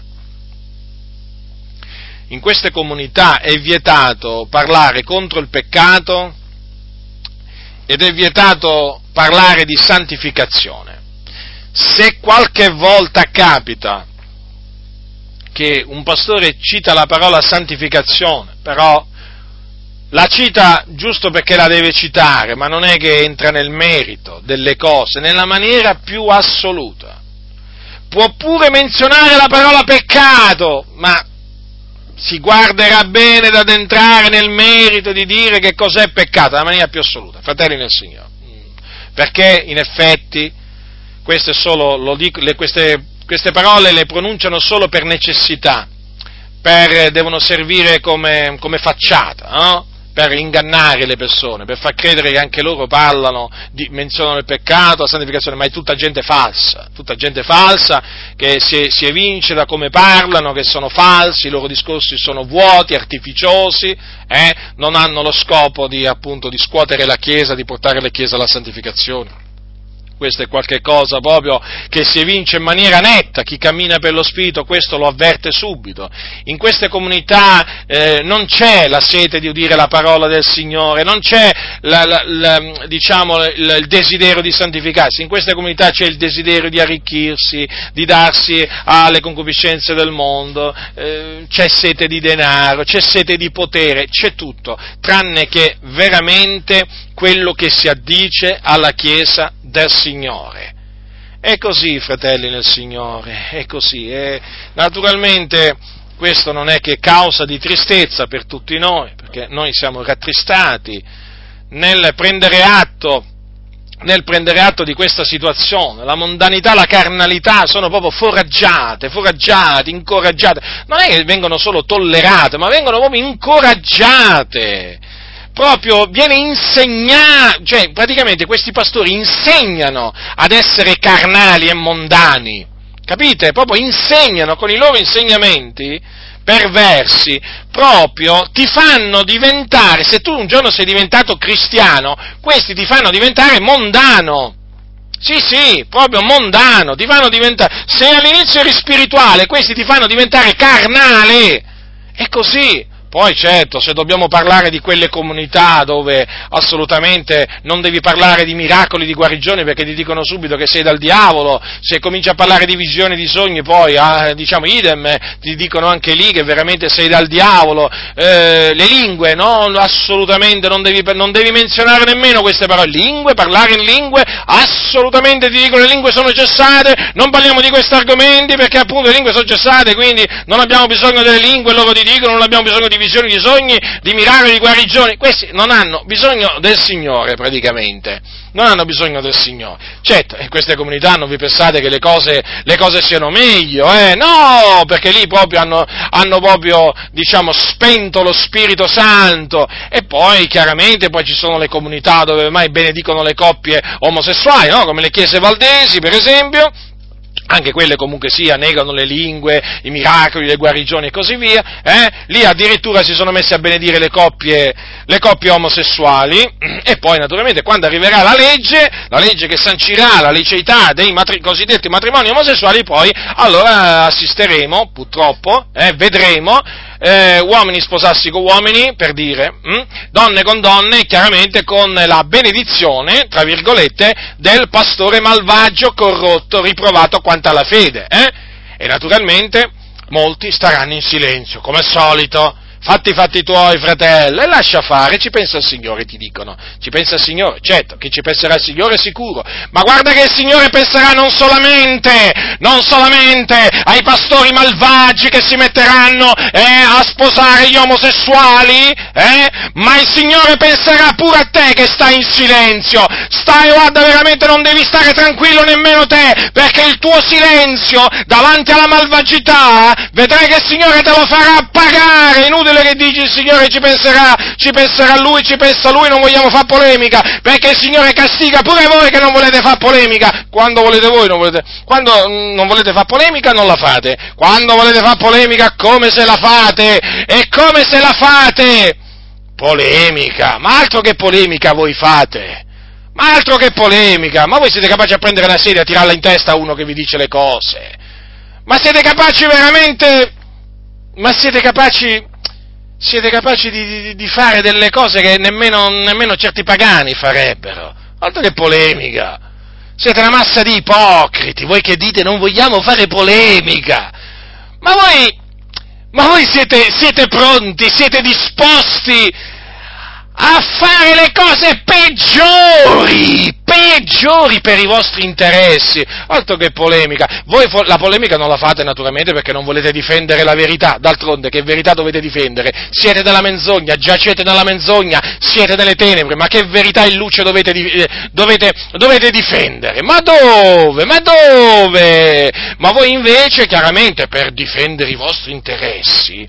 Speaker 1: In queste comunità è vietato parlare contro il peccato ed è vietato parlare di santificazione. Se qualche volta capita che un pastore cita la parola santificazione, però la cita giusto perché la deve citare, ma non è che entra nel merito delle cose, nella maniera più assoluta. Può pure menzionare la parola peccato, ma si guarderà bene ad entrare nel merito di dire che cos'è peccato, nella maniera più assoluta, fratelli nel Signore. Perché in effetti queste parole le pronunciano solo per necessità, devono servire come facciata, no? per ingannare le persone, per far credere che anche loro menzionano il peccato, la santificazione, ma è tutta gente falsa che si evince da come parlano, che sono falsi, i loro discorsi sono vuoti, artificiosi, non hanno lo scopo di scuotere la Chiesa, di portare la Chiesa alla santificazione. Questo è qualche cosa proprio che si evince in maniera netta, chi cammina per lo Spirito questo lo avverte subito. In queste comunità non c'è la sete di udire la parola del Signore, non c'è il desiderio di santificarsi, in queste comunità c'è il desiderio di arricchirsi, di darsi alle concupiscenze del mondo, c'è sete di denaro, c'è sete di potere, c'è tutto, tranne che veramente quello che si addice alla Chiesa del Signore. È così, fratelli nel Signore, è così. E naturalmente questo non è che causa di tristezza per tutti noi, perché noi siamo rattristati nel prendere atto di questa situazione. La mondanità, la carnalità sono proprio foraggiate, incoraggiate. Non è che vengono solo tollerate, ma vengono proprio incoraggiate. Proprio viene insegnato, cioè praticamente questi pastori insegnano ad essere carnali e mondani, capite? Proprio insegnano con i loro insegnamenti perversi, proprio ti fanno diventare, se tu un giorno sei diventato cristiano, questi ti fanno diventare mondano. Sì, proprio mondano, ti fanno diventare, se all'inizio eri spirituale, questi ti fanno diventare carnale, è così. Poi certo, se dobbiamo parlare di quelle comunità dove assolutamente non devi parlare di miracoli, di guarigione, perché ti dicono subito che sei dal diavolo, se cominci a parlare di visioni, di sogni, poi idem, ti dicono anche lì che veramente sei dal diavolo, le lingue, no, assolutamente non devi menzionare nemmeno queste parole, parlare in lingue, assolutamente ti dicono le lingue sono cessate, non parliamo di questi argomenti perché appunto le lingue sono cessate, quindi non abbiamo bisogno delle lingue, loro ti dicono, non abbiamo bisogno di visioni, di sogni, di miracoli, di guarigioni. Questi non hanno bisogno del Signore praticamente, non hanno bisogno del Signore. Certo, in queste comunità non vi pensate che le cose siano meglio, no, perché lì proprio hanno proprio, spento lo Spirito Santo, e poi chiaramente poi ci sono le comunità dove ormai benedicono le coppie omosessuali, no? Come le chiese valdesi, per esempio. Anche quelle comunque sia, negano le lingue, i miracoli, le guarigioni e così via, lì addirittura si sono messi a benedire le coppie omosessuali, e poi naturalmente quando arriverà la legge che sancirà la liceità dei cosiddetti matrimoni omosessuali, poi allora assisteremo, purtroppo, vedremo, uomini sposarsi con uomini, per dire, donne con donne, chiaramente con la benedizione, tra virgolette, del pastore malvagio, corrotto, riprovato quanto alla fede, e naturalmente molti staranno in silenzio, come al solito. Fatti i fatti tuoi, fratello, e lascia fare, ci pensa il Signore, ti dicono. Ci pensa il Signore? Certo, che ci penserà il Signore è sicuro, ma guarda che il Signore penserà non solamente ai pastori malvagi che si metteranno a sposare gli omosessuali, ma il Signore penserà pure a te che stai in silenzio. Guarda, veramente non devi stare tranquillo nemmeno te, perché il tuo silenzio davanti alla malvagità, vedrai che il Signore te lo farà pagare. Inutile che dici il Signore ci pensa lui, non vogliamo fare polemica, perché il Signore castiga pure voi che non volete fare polemica. Quando non volete fare polemica non la fate, quando volete fare polemica come se la fate, e come se la fate? Polemica, ma altro che polemica voi fate, ma altro che polemica, ma voi siete capaci a prendere una sedia e a tirarla in testa a uno che vi dice le cose, ma siete capaci veramente, siete capaci di fare delle cose che nemmeno certi pagani farebbero, altro che polemica. Siete una massa di ipocriti, voi che dite non vogliamo fare polemica, ma voi siete pronti, siete disposti a fare le cose peggiori per i vostri interessi, altro che polemica. Voi la polemica non la fate naturalmente perché non volete difendere la verità, d'altronde che verità dovete difendere? Siete nella menzogna, giacete nella menzogna, siete nelle tenebre, ma che verità e luce dovete difendere? Ma dove? Ma voi invece, chiaramente, per difendere i vostri interessi,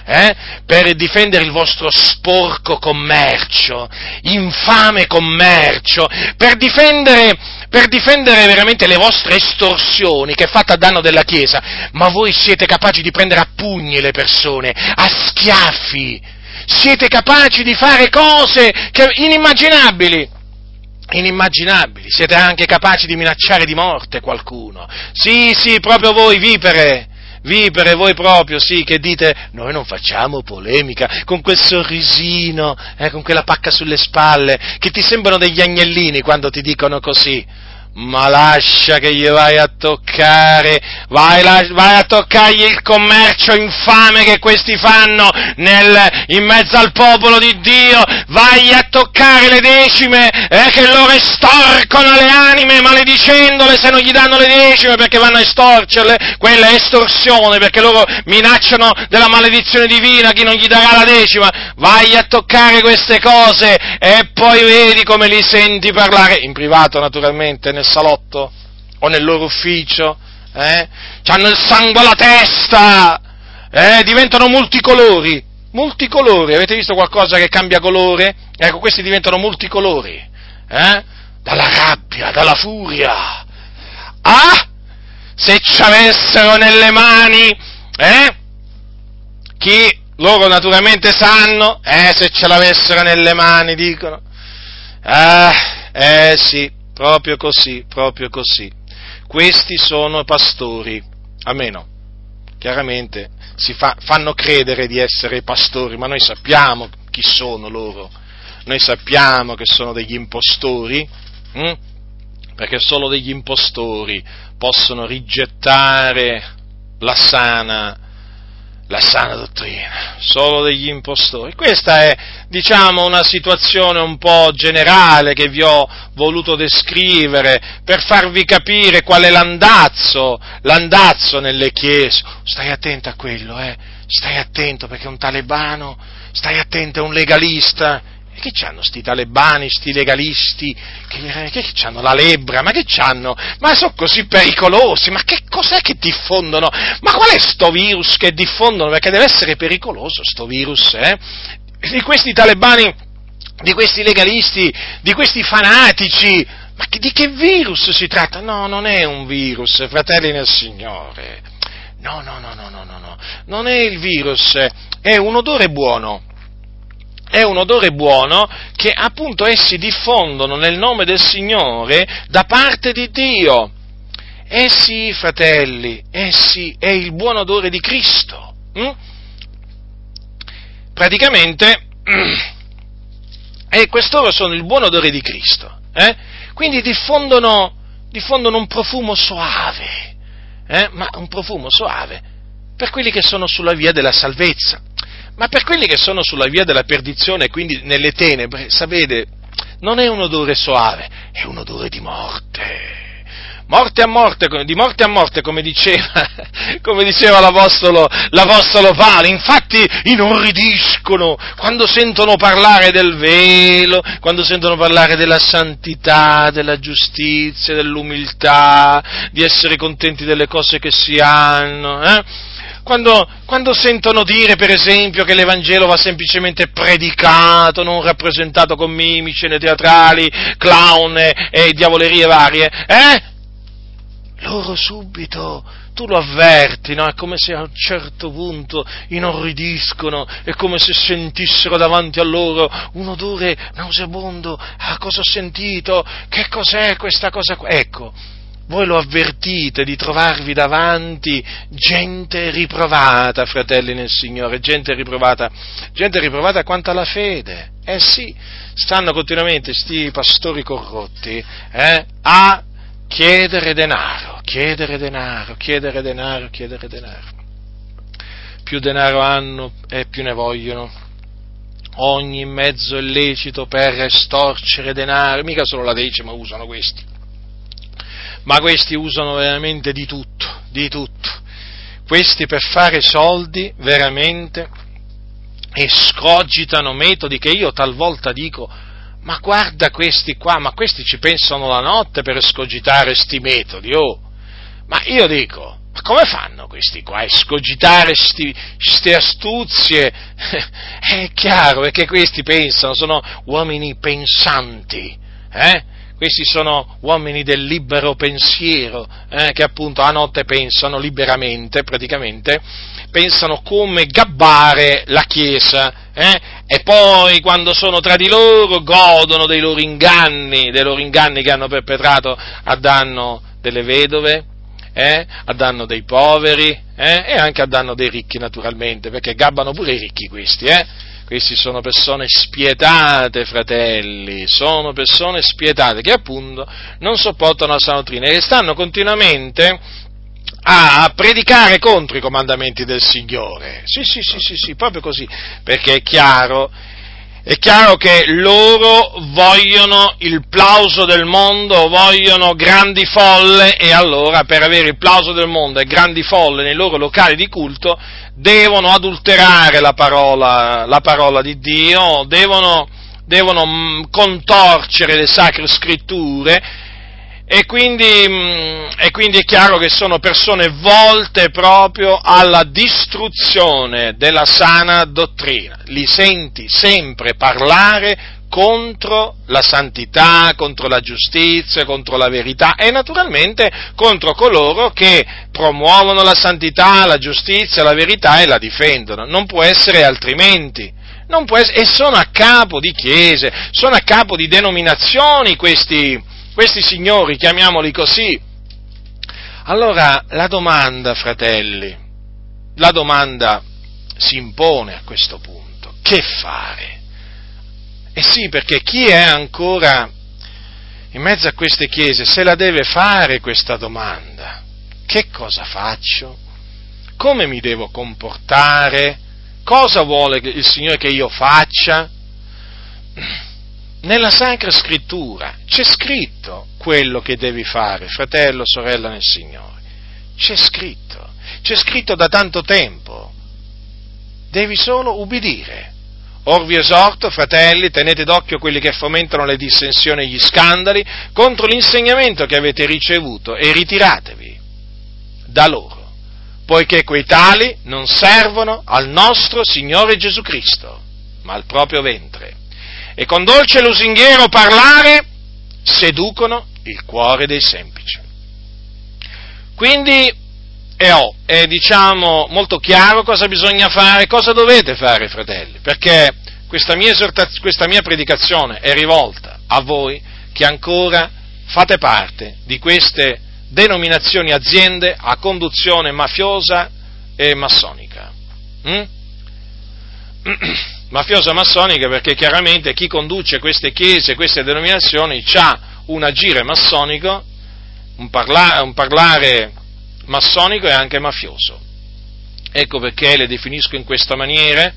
Speaker 1: per difendere il vostro sporco commercio, infame commercio, per difendere veramente le vostre estorsioni che fate a danno della Chiesa, ma voi siete capaci di prendere a pugni le persone, a schiaffi, siete capaci di fare cose inimmaginabili, siete anche capaci di minacciare di morte qualcuno, sì, proprio voi vipere, voi proprio, sì, che dite, noi non facciamo polemica, con quel sorrisino, con quella pacca sulle spalle, che ti sembrano degli agnellini quando ti dicono così. Ma lascia che gli vai a toccare, vai a toccargli il commercio infame che questi fanno in mezzo al popolo di Dio, vai a toccare le decime, che loro estorcono le anime maledicendole se non gli danno le decime, perché vanno a estorcerle, quella è estorsione, perché loro minacciano della maledizione divina chi non gli darà la decima, vai a toccare queste cose e poi vedi come li senti parlare, in privato naturalmente, nel salotto o nel loro ufficio, c'hanno il sangue alla testa, diventano multicolori, avete visto qualcosa che cambia colore? Ecco, questi diventano multicolori, dalla rabbia, dalla furia, se ci avessero nelle mani, chi loro naturalmente sanno, se ce l'avessero nelle mani, dicono, sì, proprio così, questi sono pastori, almeno, chiaramente, fanno credere di essere pastori, ma noi sappiamo chi sono loro, noi sappiamo che sono degli impostori, perché solo degli impostori possono rigettare la sana dottrina, solo degli impostori. Questa è, una situazione un po' generale che vi ho voluto descrivere per farvi capire qual è l'andazzo nelle chiese. Stai attento a quello, stai attento perché è un talebano, stai attento, è un legalista. E che c'hanno sti talebani, sti legalisti, che c'hanno la lebbra, ma che c'hanno? Ma sono così pericolosi, ma che cos'è che diffondono? Ma qual è sto virus che diffondono? Perché deve essere pericoloso sto virus, Di questi talebani, di questi legalisti, di questi fanatici, ma di che virus si tratta? No, non è un virus, fratelli nel Signore, no, non è il virus, è un odore buono. È un odore buono che appunto essi diffondono nel nome del Signore da parte di Dio. Sì, fratelli, sì, è il buon odore di Cristo. Praticamente, quest'oro sono il buon odore di Cristo. Quindi diffondono un profumo soave, ma un profumo soave per quelli che sono sulla via della salvezza. Ma per quelli che sono sulla via della perdizione, quindi nelle tenebre, sapete, non è un odore soave, è un odore di morte. Di morte a morte, come diceva l'Apostolo Paolo. Infatti inorridiscono quando sentono parlare del velo, quando sentono parlare della santità, della giustizia, dell'umiltà, di essere contenti delle cose che si hanno, Quando sentono dire, per esempio, che l'Evangelo va semplicemente predicato, non rappresentato con mimici, scene teatrali, clown e diavolerie varie, loro subito, tu lo avverti, no? È come se a un certo punto inorridiscono, è come se sentissero davanti a loro un odore nauseabondo. Cosa ho sentito? Che cos'è questa cosa qua? Ecco, voi lo avvertite di trovarvi davanti gente riprovata, fratelli nel Signore, gente riprovata quanto alla fede. Sì, stanno continuamente sti pastori corrotti, a chiedere denaro. Più denaro hanno e più ne vogliono. Ogni mezzo è lecito per estorcere denaro, mica solo la decima usano questi. Ma questi usano veramente di tutto. Questi per fare soldi veramente escogitano metodi che io talvolta dico, ma guarda questi qua, ma questi ci pensano la notte per escogitare sti metodi, Ma io dico, Ma come fanno questi qua a escogitare queste astuzie? È chiaro, perché questi pensano, sono uomini pensanti, Questi sono uomini del libero pensiero, che appunto a notte pensano liberamente, praticamente, pensano come gabbare la Chiesa, e poi quando sono tra di loro godono dei loro inganni che hanno perpetrato a danno delle vedove, a danno dei poveri, e anche a danno dei ricchi naturalmente, perché gabbano pure i ricchi questi, Questi sono persone spietate, fratelli, sono persone spietate che appunto non sopportano la sana dottrina e che stanno continuamente a predicare contro i comandamenti del Signore. Sì, proprio così, perché è chiaro che loro vogliono il plauso del mondo, vogliono grandi folle, e allora per avere il plauso del mondo e grandi folle nei loro locali di culto devono adulterare la parola di Dio, devono contorcere le sacre scritture, e quindi è chiaro che sono persone volte proprio alla distruzione della sana dottrina. Li senti sempre parlare contro la santità, contro la giustizia, contro la verità e naturalmente contro coloro che promuovono la santità, la giustizia, la verità e la difendono. Non può essere altrimenti. Non può essere, e sono a capo di chiese, sono a capo di denominazioni questi signori, chiamiamoli così. Allora, la domanda, fratelli, la domanda si impone a questo punto: che fare? Sì, perché chi è ancora in mezzo a queste chiese se la deve fare questa domanda: che cosa faccio? Come mi devo comportare? Cosa vuole il Signore che io faccia? Nella Sacra Scrittura c'è scritto quello che devi fare, fratello, sorella nel Signore. C'è scritto da tanto tempo. Devi solo ubbidire. Or vi esorto, fratelli, tenete d'occhio quelli che fomentano le dissensioni e gli scandali contro l'insegnamento che avete ricevuto e ritiratevi da loro, poiché quei tali non servono al nostro Signore Gesù Cristo, ma al proprio ventre. E con dolce lusinghiero parlare seducono il cuore dei semplici. Quindi è diciamo molto chiaro cosa bisogna fare, cosa dovete fare, fratelli, perché questa mia predicazione è rivolta a voi che ancora fate parte di queste denominazioni, aziende a conduzione mafiosa e massonica. Mafiosa massonica, perché chiaramente chi conduce queste chiese, queste denominazioni, ha un agire massonico, un parlare massonico e anche mafioso. Ecco perché le definisco in questa maniera.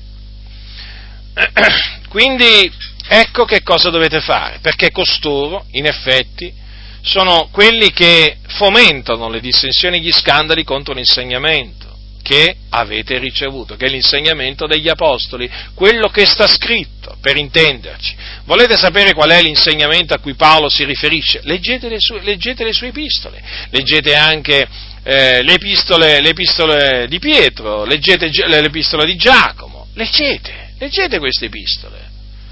Speaker 1: Quindi ecco che cosa dovete fare, perché costoro, in effetti, sono quelli che fomentano le dissensioni e gli scandali contro l'insegnamento che avete ricevuto, che è l'insegnamento degli apostoli, quello che sta scritto, per intenderci. Volete sapere qual è l'insegnamento a cui Paolo si riferisce? Leggete le sue epistole, leggete anche le epistole di Pietro, leggete l'epistola di Giacomo, leggete queste epistole,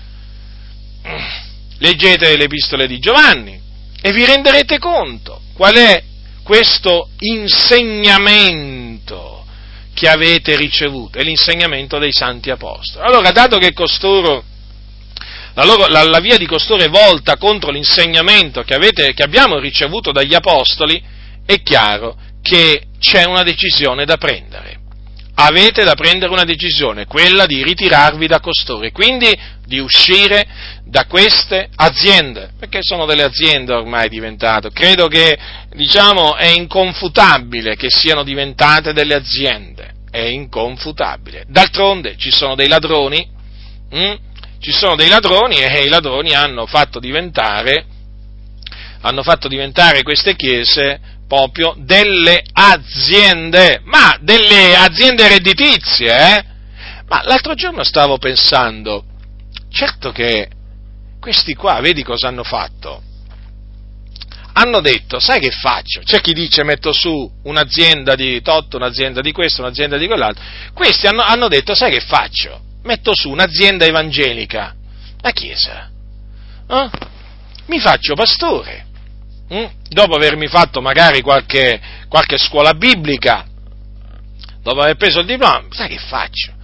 Speaker 1: leggete le epistole di Giovanni e vi renderete conto qual è questo insegnamento che avete ricevuto, è l'insegnamento dei santi apostoli. Allora, dato che costoro, la via di costoro è volta contro l'insegnamento che abbiamo ricevuto dagli apostoli, è chiaro che c'è una decisione da prendere. Avete da prendere una decisione, quella di ritirarvi da costoro e quindi di uscire da queste aziende, perché sono delle aziende ormai diventate. Credo che, è inconfutabile che siano diventate delle aziende, è inconfutabile. D'altronde ci sono dei ladroni, e i ladroni hanno fatto diventare queste chiese proprio delle aziende, ma delle aziende redditizie, Ma l'altro giorno stavo pensando, certo che questi qua, vedi cosa hanno fatto? hanno detto, sai che faccio? C'è chi dice metto su un'azienda di tot, un'azienda di questo, un'azienda di quell'altro. Questi hanno detto, sai che faccio? Metto su un'azienda evangelica, la Chiesa. Mi faccio pastore. Dopo avermi fatto magari qualche scuola biblica, dopo aver preso il diploma, sai che faccio?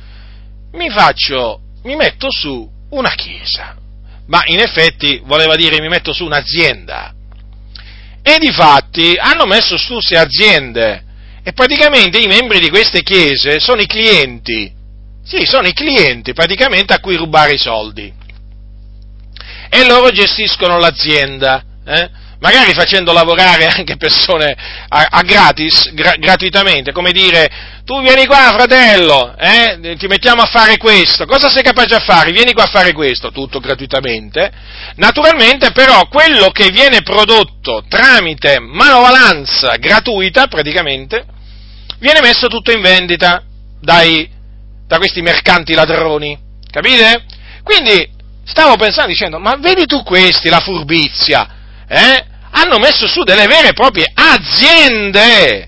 Speaker 1: Mi metto su una chiesa, ma in effetti voleva dire mi metto su un'azienda, e difatti hanno messo su queste aziende, e praticamente i membri di queste chiese sono i clienti, sì, sono i clienti praticamente a cui rubare i soldi, e loro gestiscono l'azienda, magari facendo lavorare anche persone a gratis, gratuitamente, come dire, tu vieni qua fratello, ti mettiamo a fare questo, cosa sei capace a fare? Vieni qua a fare questo, tutto gratuitamente. Naturalmente però quello che viene prodotto tramite manovalanza gratuita, praticamente, viene messo tutto in vendita da questi mercanti ladroni, capite? Quindi stavo pensando, dicendo, ma vedi tu questi, la furbizia, hanno messo su delle vere e proprie aziende!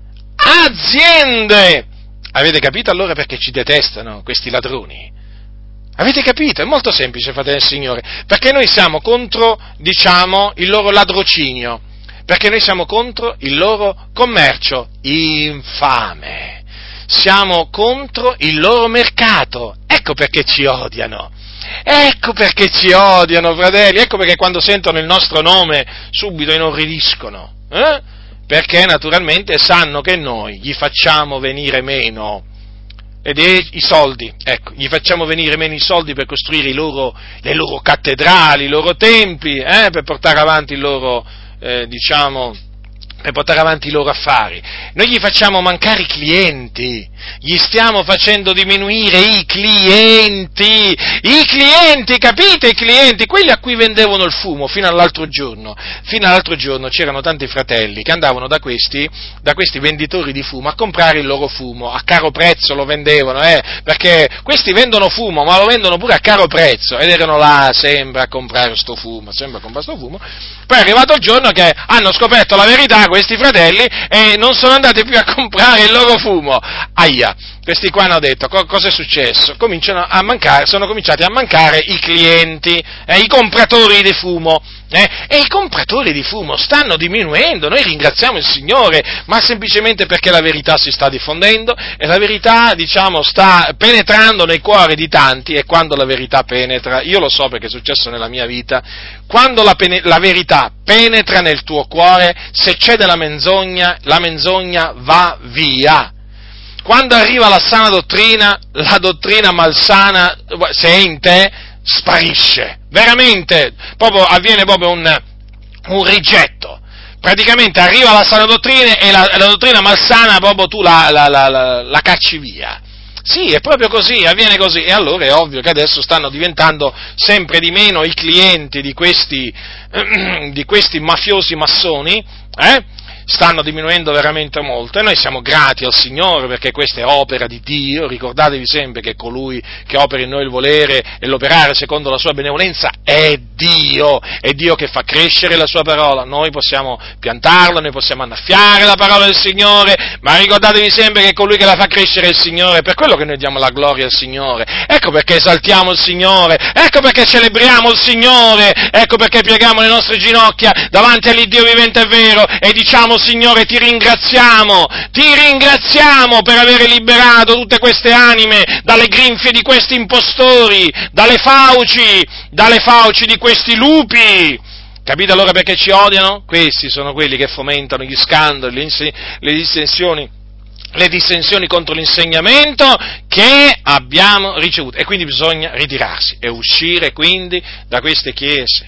Speaker 1: Avete capito allora perché ci detestano questi ladroni? Avete capito? È molto semplice, fratelli del Signore, perché noi siamo contro, il loro ladrocinio, perché noi siamo contro il loro commercio infame, siamo contro il loro mercato, ecco perché ci odiano. Ecco perché ci odiano, fratelli, ecco perché quando sentono il nostro nome subito inorridiscono, perché naturalmente sanno che noi gli facciamo venire meno i soldi, ecco, gli facciamo venire meno i soldi per costruire le loro cattedrali, i loro templi, per portare avanti il loro, per portare avanti i loro affari. Noi gli facciamo mancare i clienti, gli stiamo facendo diminuire i clienti, capite? I clienti, quelli a cui vendevano il fumo fino all'altro giorno c'erano tanti fratelli che andavano da questi venditori di fumo a comprare il loro fumo, a caro prezzo lo vendevano, perché questi vendono fumo, ma lo vendono pure a caro prezzo, ed erano là sempre a comprare sto fumo, poi è arrivato il giorno che hanno scoperto la verità questi fratelli e non sono andati più a comprare il loro fumo. Aia, questi qua hanno detto, cosa è successo? Sono cominciati a mancare i clienti, i compratori di fumo, e i compratori di fumo stanno diminuendo, noi ringraziamo il Signore, ma semplicemente perché la verità si sta diffondendo e la verità, sta penetrando nei cuori di tanti, e quando la verità penetra, io lo so perché è successo nella mia vita, quando la verità penetra nel tuo cuore, se c'è della menzogna, la menzogna va via. Quando arriva la sana dottrina, la dottrina malsana, se è in te, sparisce. Veramente, avviene proprio un rigetto. Praticamente arriva la sana dottrina e la dottrina malsana proprio tu la cacci via. Sì, è proprio così, avviene così, e allora è ovvio che adesso stanno diventando sempre di meno i clienti di questi mafiosi massoni, stanno diminuendo veramente molto, e noi siamo grati al Signore perché questa è opera di Dio. Ricordatevi sempre che colui che opera in noi il volere e l'operare secondo la sua benevolenza è Dio che fa crescere la sua parola. Noi possiamo piantarla, noi possiamo annaffiare la parola del Signore, ma ricordatevi sempre che colui che la fa crescere è il Signore, per quello che noi diamo la gloria al Signore. Ecco perché esaltiamo il Signore, ecco perché celebriamo il Signore, ecco perché pieghiamo le nostre ginocchia davanti all'Iddio vivente e vero e diciamo: Signore, ti ringraziamo per aver liberato tutte queste anime dalle grinfie di questi impostori, dalle fauci di questi lupi. Capite allora perché ci odiano? Questi sono quelli che fomentano gli scandali, le dissensioni contro l'insegnamento che abbiamo ricevuto, e quindi bisogna ritirarsi e uscire quindi da queste chiese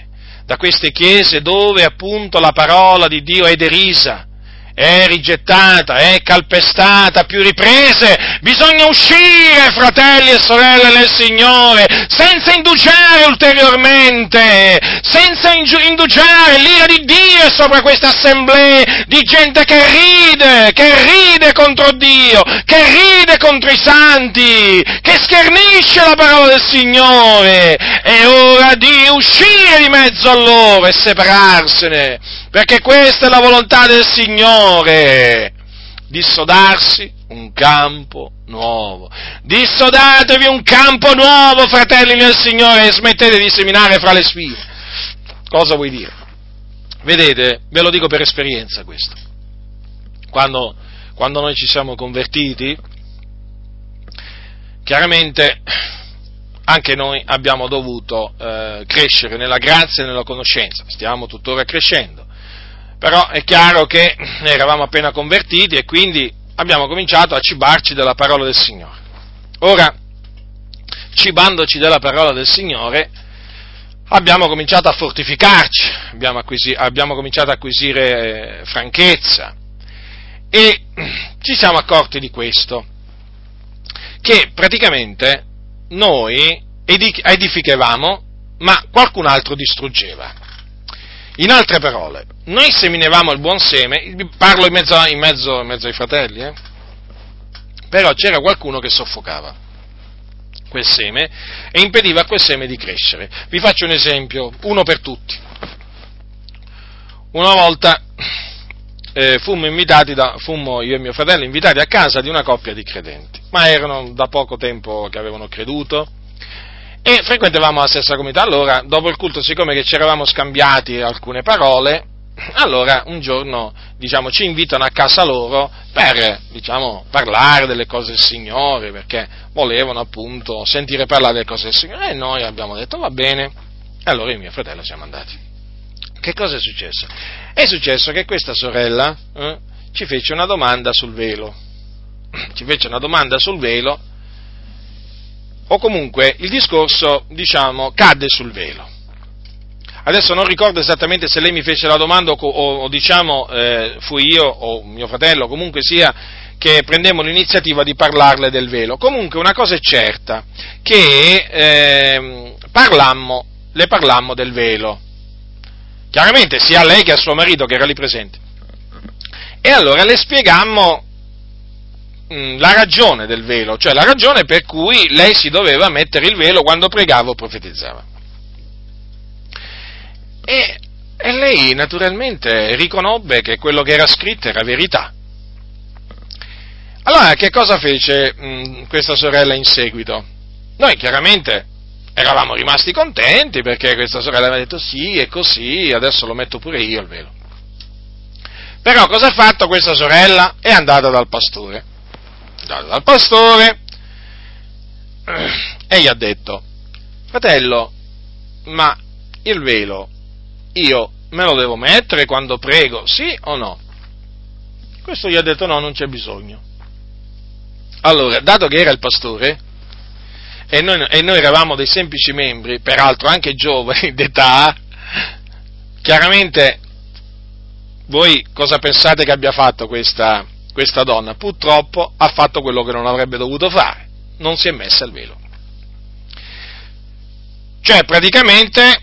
Speaker 1: dove appunto la parola di Dio è derisa, è rigettata, è calpestata a più riprese. Bisogna uscire, fratelli e sorelle nel Signore, senza indugiare ulteriormente, senza indugiare l'ira di Dio sopra queste assemblee di gente che ride contro Dio, che ride contro i santi, che schernisce la parola del Signore. È ora di uscire di mezzo a loro e separarsene perché questa è la volontà del Signore, dissodarsi un campo nuovo. Dissodatevi un campo nuovo, fratelli nel Signore, e smettete di seminare fra le spine. Cosa vuoi dire? Vedete, ve lo dico per esperienza questo. Quando noi ci siamo convertiti, chiaramente anche noi abbiamo dovuto crescere nella grazia e nella conoscenza, stiamo tuttora crescendo, però è chiaro che eravamo appena convertiti e quindi abbiamo cominciato a cibarci della parola del Signore. Ora, cibandoci della parola del Signore, abbiamo cominciato a fortificarci, abbiamo cominciato a acquisire franchezza e ci siamo accorti di questo, che praticamente noi edificavamo, ma qualcun altro distruggeva. In altre parole, noi seminavamo il buon seme, parlo in mezzo ai fratelli, però c'era qualcuno che soffocava quel seme e impediva a quel seme di crescere. Vi faccio un esempio, uno per tutti. Una volta fummo io e mio fratello invitati a casa di una coppia di credenti, ma erano da poco tempo che avevano creduto e frequentavamo la stessa comunità. Allora, dopo il culto, siccome che ci eravamo scambiati alcune parole, allora un giorno, ci invitano a casa loro per, parlare delle cose del Signore, perché volevano appunto sentire parlare delle cose del Signore, e noi abbiamo detto va bene, e allora io e mio fratello siamo andati. Che cosa è successo? È successo che questa sorella ci fece una domanda sul velo. O comunque il discorso, cadde sul velo. Adesso non ricordo esattamente se lei mi fece la domanda o fui io o mio fratello, comunque sia che prendemmo l'iniziativa di parlarle del velo. Comunque una cosa è certa, che le parlammo del velo. Chiaramente sia a lei che a suo marito che era lì presente. E allora le spiegammo la ragione del velo, cioè la ragione per cui lei si doveva mettere il velo quando pregava o profetizzava. E lei naturalmente riconobbe che quello che era scritto era verità. Allora che cosa fece questa sorella in seguito? Noi chiaramente eravamo rimasti contenti perché questa sorella aveva detto sì, è così, adesso lo metto pure io il velo. Però cosa ha fatto questa sorella? È andata dal pastore. E gli ha detto: fratello, ma il velo io me lo devo mettere quando prego, sì o no? Questo gli ha detto no, non c'è bisogno. Allora, dato che era il pastore e noi eravamo dei semplici membri, peraltro anche giovani d'età, chiaramente voi cosa pensate che abbia fatto questa donna? Purtroppo ha fatto quello che non avrebbe dovuto fare, non si è messa il velo. Cioè praticamente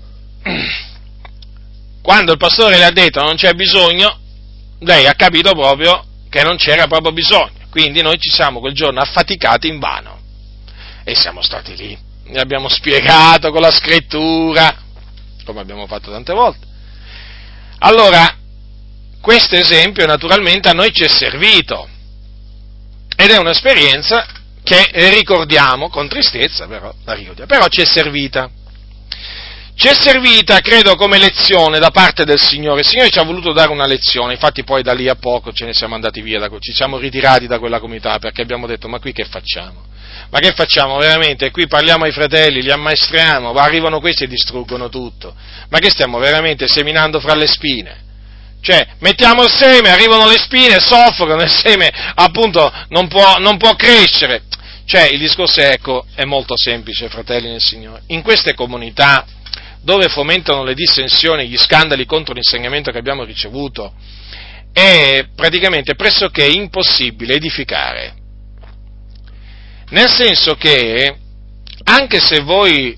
Speaker 1: quando il pastore le ha detto non c'è bisogno, lei ha capito proprio che non c'era proprio bisogno, quindi noi ci siamo quel giorno affaticati invano e siamo stati lì, ne abbiamo spiegato con la scrittura, come abbiamo fatto tante volte. Allora, questo esempio naturalmente a noi ci è servito ed è un'esperienza che ricordiamo con tristezza, però ci è servita. Ci è servita, credo, come lezione da parte del Signore. Il Signore ci ha voluto dare una lezione, infatti poi da lì a poco ce ne siamo andati via, ci siamo ritirati da quella comunità perché abbiamo detto ma qui che facciamo? Ma che facciamo veramente? Qui parliamo ai fratelli, li ammaestriamo, arrivano questi e distruggono tutto. Ma che stiamo veramente seminando fra le spine? Cioè, mettiamo il seme, arrivano le spine, soffocano, il seme appunto non può crescere. Cioè, il discorso è molto semplice, fratelli nel Signore. In queste comunità dove fomentano le dissensioni, gli scandali contro l'insegnamento che abbiamo ricevuto, è praticamente pressoché impossibile edificare. Nel senso che, anche se voi,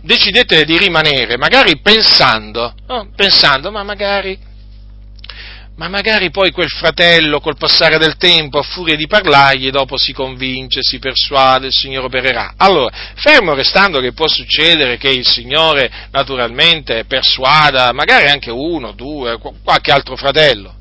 Speaker 1: decidete di rimanere, magari pensando, ma magari ma magari poi quel fratello, col passare del tempo, a furia di parlargli, dopo si convince, si persuade, il Signore opererà. Allora, fermo restando che può succedere che il Signore, naturalmente, persuada, magari anche uno, due, qualche altro fratello,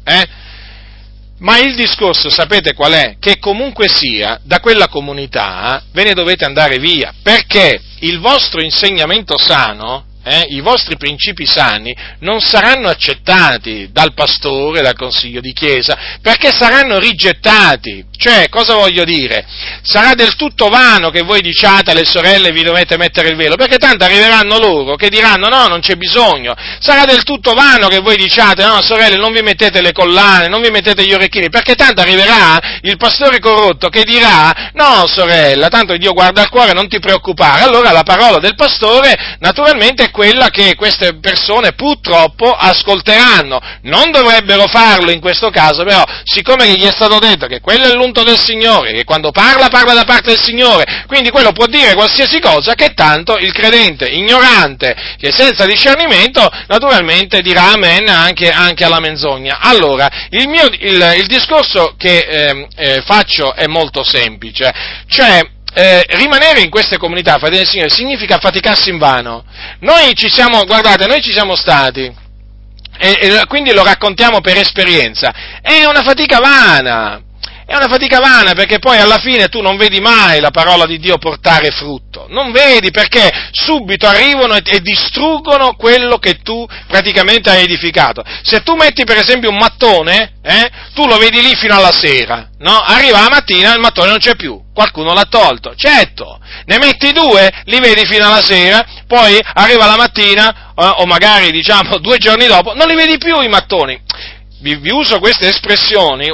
Speaker 1: ma il discorso, sapete qual è? Che comunque sia, da quella comunità ve ne dovete andare via, perché il vostro insegnamento sano, i vostri principi sani, non saranno accettati dal pastore, dal consiglio di chiesa, perché saranno rigettati. Cioè, cosa voglio dire? Sarà del tutto vano che voi diciate alle sorelle vi dovete mettere il velo, perché tanto arriveranno loro che diranno no, non c'è bisogno. Sarà del tutto vano che voi diciate no, sorelle, non vi mettete le collane, non vi mettete gli orecchini, perché tanto arriverà il pastore corrotto che dirà no, sorella, tanto Dio guarda al cuore, non ti preoccupare. Allora la parola del pastore, naturalmente, è quella che queste persone purtroppo ascolteranno. Non dovrebbero farlo in questo caso, però, siccome gli è stato detto che quello è l'unto del Signore, che quando parla da parte del Signore, quindi quello può dire qualsiasi cosa, che tanto il credente ignorante, che senza discernimento, naturalmente dirà amen anche alla menzogna. Allora, il discorso che faccio è molto semplice, cioè, rimanere in queste comunità, fratelli del Signore, significa affaticarsi invano. Noi ci siamo stati, e quindi lo raccontiamo per esperienza, è una fatica vana, perché poi alla fine tu non vedi mai la parola di Dio portare frutto, non vedi, perché subito arrivano e distruggono quello che tu praticamente hai edificato. Se tu metti per esempio un mattone, tu lo vedi lì fino alla sera, no? Arriva la mattina, il mattone non c'è più, qualcuno l'ha tolto, certo, ne metti due, li vedi fino alla sera, poi arriva la mattina, o magari 2 giorni dopo, non li vedi più i mattoni. Vi uso queste espressioni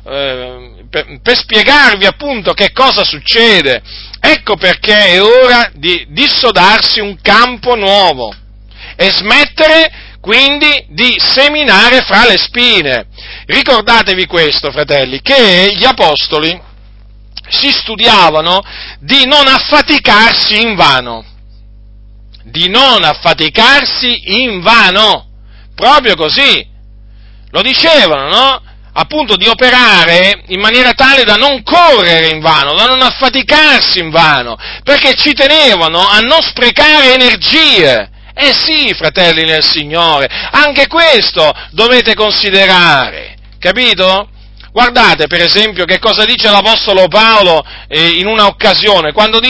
Speaker 1: per spiegarvi appunto che cosa succede. Ecco perché è ora di dissodarsi un campo nuovo e smettere quindi di seminare fra le spine. Ricordatevi questo, fratelli, che gli apostoli si studiavano di non affaticarsi in vano. Di non affaticarsi in vano. Proprio così. Lo dicevano, no? Appunto di operare in maniera tale da non correre in vano, da non affaticarsi in vano, perché ci tenevano a non sprecare energie. Eh sì, fratelli nel Signore, anche questo dovete considerare, capito? Guardate, per esempio, che cosa dice l'Apostolo Paolo in una occasione, quando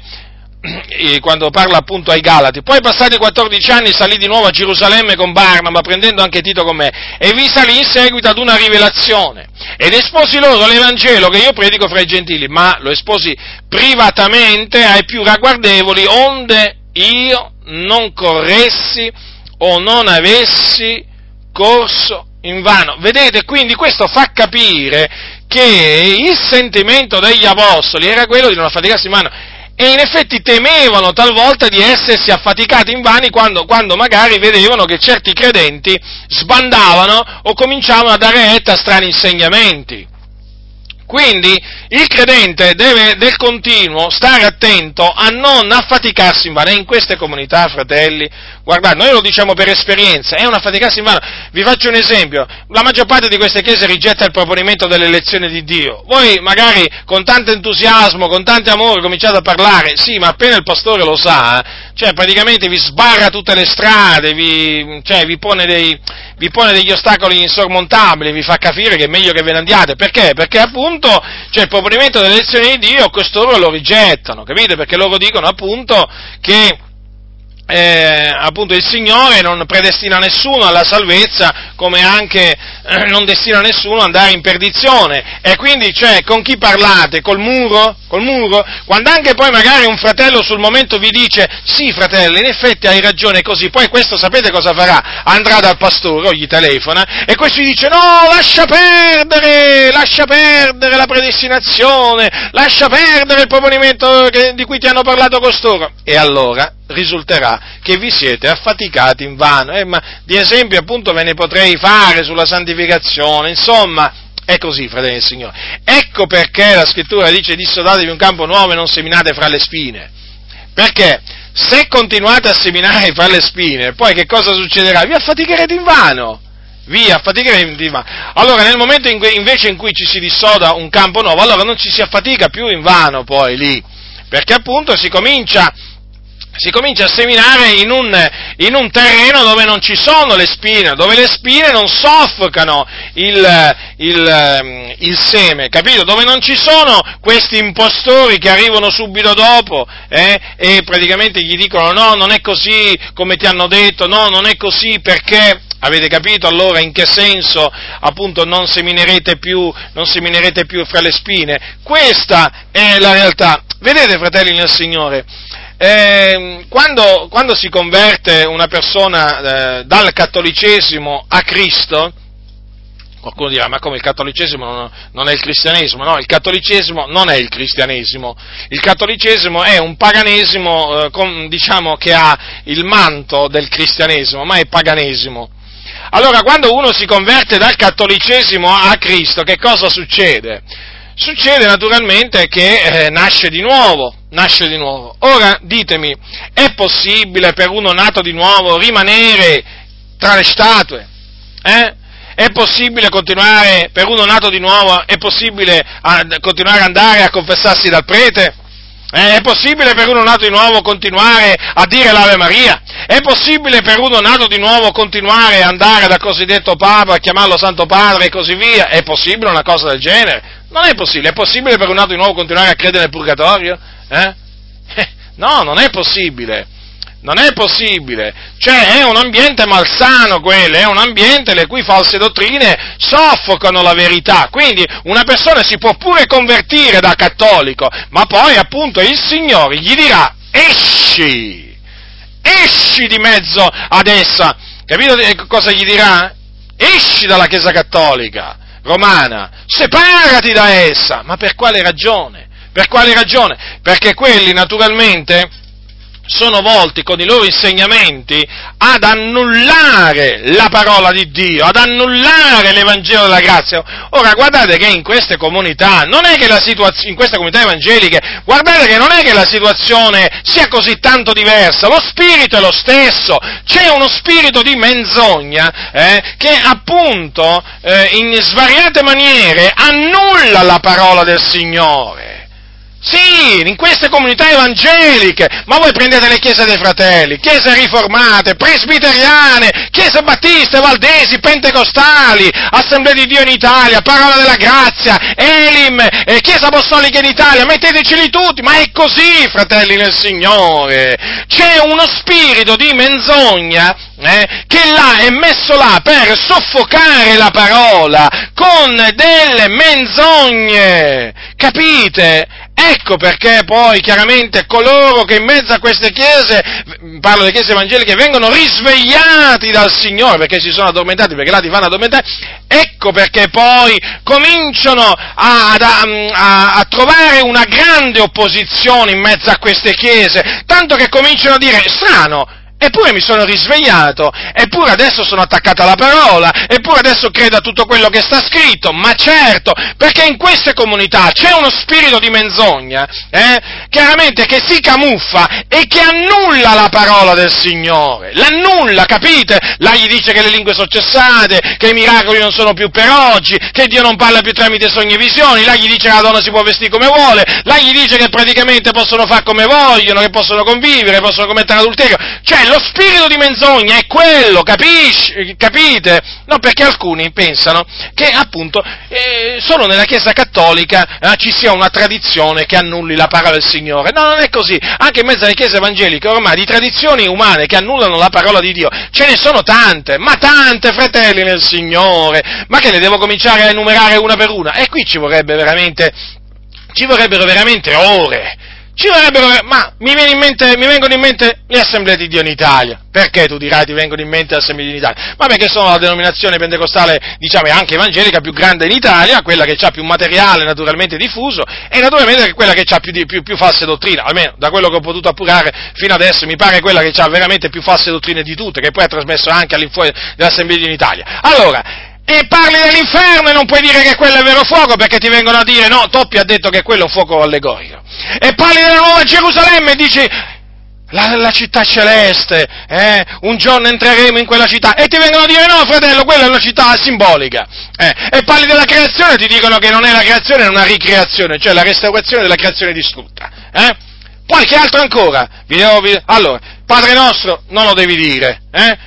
Speaker 1: parla appunto ai Galati: poi passati 14 anni salì di nuovo a Gerusalemme con Barnaba, prendendo anche Tito con me, e vi salì in seguito ad una rivelazione, ed esposi loro l'Evangelo che io predico fra i gentili, ma lo esposi privatamente ai più ragguardevoli, onde io non corressi o non avessi corso invano. Vedete, quindi questo fa capire che il sentimento degli apostoli era quello di non affaticarsi invano, e in effetti temevano talvolta di essersi affaticati invani quando magari vedevano che certi credenti sbandavano o cominciavano a dare retta a strani insegnamenti. Quindi il credente deve del continuo stare attento a non affaticarsi in vano. E in queste comunità, fratelli, guardate, noi lo diciamo per esperienza, è un affaticarsi in vano. Vi faccio un esempio: la maggior parte di queste chiese rigetta il proponimento dell'elezione di Dio. Voi magari con tanto entusiasmo, con tanto amore cominciate a parlare, sì, ma appena il pastore lo sa, cioè praticamente vi sbarra tutte le strade, vi pone degli ostacoli insormontabili, vi fa capire che è meglio che ve ne andiate. Perché? Perché appunto il proponimento dell'elezione di Dio, costoro lo rigettano, capite? Perché loro dicono appunto che appunto il Signore non predestina nessuno alla salvezza, come anche non destina nessuno ad andare in perdizione. E quindi, con chi parlate? Col muro? Quando anche poi magari un fratello sul momento vi dice: sì, fratello, in effetti hai ragione, così, poi questo sapete cosa farà? Andrà dal pastore o gli telefona, e questo gli dice: no, lascia perdere la predestinazione, lascia perdere il proponimento di cui ti hanno parlato costoro. E allora risulterà che vi siete affaticati invano, ma di esempio appunto ve ne potrei fare sulla santificazione, insomma, è così, fratelli del Signore. Ecco perché la Scrittura dice: dissodatevi un campo nuovo e non seminate fra le spine, perché se continuate a seminare fra le spine, poi che cosa succederà? Vi affaticherete invano, via, affaticamenti in vano. Allora nel momento invece in cui ci si dissoda un campo nuovo, allora non ci si affatica più invano poi lì, perché appunto si comincia a seminare in un terreno dove non ci sono le spine, dove le spine non soffocano il seme, capito? Dove non ci sono questi impostori che arrivano subito dopo, e praticamente gli dicono no, non è così come ti hanno detto, no, non è così perché... Avete capito allora in che senso appunto non seminerete più fra le spine? Questa è la realtà. Vedete, fratelli nel Signore, quando si converte una persona dal cattolicesimo a Cristo, qualcuno dirà, ma come il cattolicesimo non è il cristianesimo? No, il cattolicesimo non è il cristianesimo. Il cattolicesimo è un paganesimo, diciamo, che ha il manto del cristianesimo, ma è paganesimo. Allora, quando uno si converte dal cattolicesimo a Cristo, che cosa succede? Succede naturalmente che nasce di nuovo. Ora, ditemi, è possibile per uno nato di nuovo rimanere tra le statue? È possibile continuare, per uno nato di nuovo, è possibile continuare ad andare a confessarsi dal prete? È possibile per uno nato di nuovo continuare a dire l'Ave Maria? È possibile per uno nato di nuovo continuare ad andare dal cosiddetto Papa, a chiamarlo Santo Padre e così via? È possibile una cosa del genere? Non è possibile. È possibile per un nato di nuovo continuare a credere nel purgatorio? No, non è possibile. Non è possibile, cioè è un ambiente malsano quello, è un ambiente le cui false dottrine soffocano la verità, quindi una persona si può pure convertire da cattolico, ma poi appunto il Signore gli dirà esci di mezzo ad essa, capito cosa gli dirà? Esci dalla Chiesa Cattolica Romana, separati da essa, ma per quale ragione? Perché quelli naturalmente sono volti con i loro insegnamenti ad annullare la parola di Dio, ad annullare l'Evangelo della grazia. Ora, guardate che in queste comunità, non è che in queste comunità evangeliche, guardate che non è che la situazione sia così tanto diversa, lo spirito è lo stesso, c'è uno spirito di menzogna, che appunto, in svariate maniere, annulla la parola del Signore. Sì, in queste comunità evangeliche, ma voi prendete le chiese dei fratelli, chiese riformate, presbiteriane, chiese battiste, valdesi, pentecostali, Assemblee di Dio in Italia, Parola della Grazia, Elim, Chiesa Apostolica in Italia, metteteceli tutti, ma è così, fratelli nel Signore, c'è uno spirito di menzogna, che là è messo là per soffocare la parola con delle menzogne, capite? Ecco perché poi chiaramente coloro che in mezzo a queste chiese, parlo delle chiese evangeliche, vengono risvegliati dal Signore perché si sono addormentati, perché là ti fanno addormentare, ecco perché poi cominciano a trovare una grande opposizione in mezzo a queste chiese, tanto che cominciano a dire, strano, eppure mi sono risvegliato, eppure adesso sono attaccato alla parola, eppure adesso credo a tutto quello che sta scritto, ma certo, perché in queste comunità c'è uno spirito di menzogna, chiaramente che si camuffa e che annulla la parola del Signore, l'annulla, capite? Là gli dice che le lingue sono cessate, che i miracoli non sono più per oggi, che Dio non parla più tramite sogni e visioni, là gli dice che la donna si può vestire come vuole, là gli dice che praticamente possono fare come vogliono, che possono convivere, possono commettere adulterio, cioè lo spirito di menzogna è quello, capite? No, perché alcuni pensano che appunto solo nella Chiesa Cattolica ci sia una tradizione che annulli la parola del Signore. No, non è così. Anche in mezzo alle Chiese evangeliche ormai di tradizioni umane che annullano la parola di Dio ce ne sono tante, ma tante, fratelli nel Signore. Ma che le devo cominciare a enumerare una per una? E qui ci vorrebbero veramente ore. Ma mi vengono in mente le Assemblee di Dio in Italia. Perché tu dirai ti vengono in mente le Assemblee di Dio in Italia? Ma perché sono la denominazione pentecostale, diciamo, e anche evangelica più grande in Italia, quella che ha più materiale naturalmente diffuso, e naturalmente quella che ha più false dottrine, almeno da quello che ho potuto appurare fino adesso, mi pare quella che ha veramente più false dottrine di tutte, che poi ha trasmesso anche all'infuori dell'Assemblea di Dio in Italia. Allora, e parli dell'inferno e non puoi dire che quello è vero fuoco perché ti vengono a dire no, Toppi ha detto che quello è un fuoco allegorico. E parli della nuova Gerusalemme e dici la città celeste, un giorno entreremo in quella città, e ti vengono a dire no fratello, quella è una città simbolica, e parli della creazione, ti dicono che non è la creazione, è una ricreazione, cioè la restaurazione della creazione distrutta, Poi che altro ancora? Allora, Padre nostro non lo devi dire,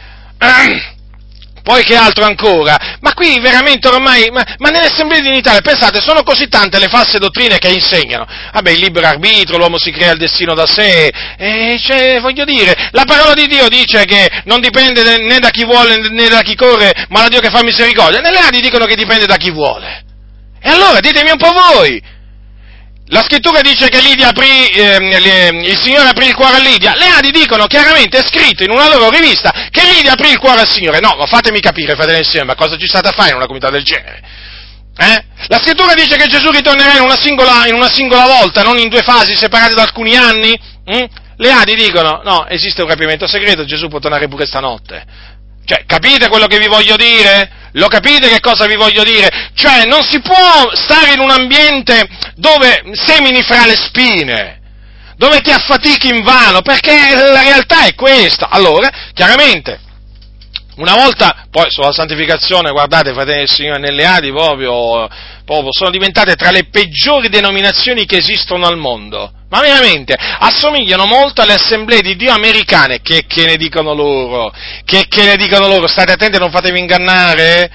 Speaker 1: Poi che altro ancora? Ma qui veramente ormai, ma nelle assemblee in Italia, pensate, sono così tante le false dottrine che insegnano. Vabbè, il libero arbitro, l'uomo si crea il destino da sé, cioè, voglio dire, la parola di Dio dice che non dipende né da chi vuole né da chi corre, ma da Dio che fa misericordia. Nelle Adi dicono che dipende da chi vuole. E allora, ditemi un po' voi. La scrittura dice che Lidia il Signore aprì il cuore a Lidia. Le Adi dicono chiaramente, è scritto in una loro rivista, che Lidia aprì il cuore al Signore. No, ma fatemi capire, fratelli insieme, ma cosa ci state a fare in una comunità del genere? La scrittura dice che Gesù ritornerà in una singola volta, non in due fasi separate da alcuni anni? Le Adi dicono, no, esiste un rapimento segreto, Gesù può tornare pure stanotte. Cioè, capite quello che vi voglio dire? Lo capite che cosa vi voglio dire? Cioè, non si può stare in un ambiente dove semini fra le spine, dove ti affatichi invano, perché la realtà è questa. Allora, chiaramente, una volta, poi sulla santificazione, guardate, fratelli del Signore, nelle Adi proprio sono diventate tra le peggiori denominazioni che esistono al mondo. Ma veramente, assomigliano molto alle assemblee di Dio americane, che ne dicono loro, che ne dicono loro, state attenti, non fatevi ingannare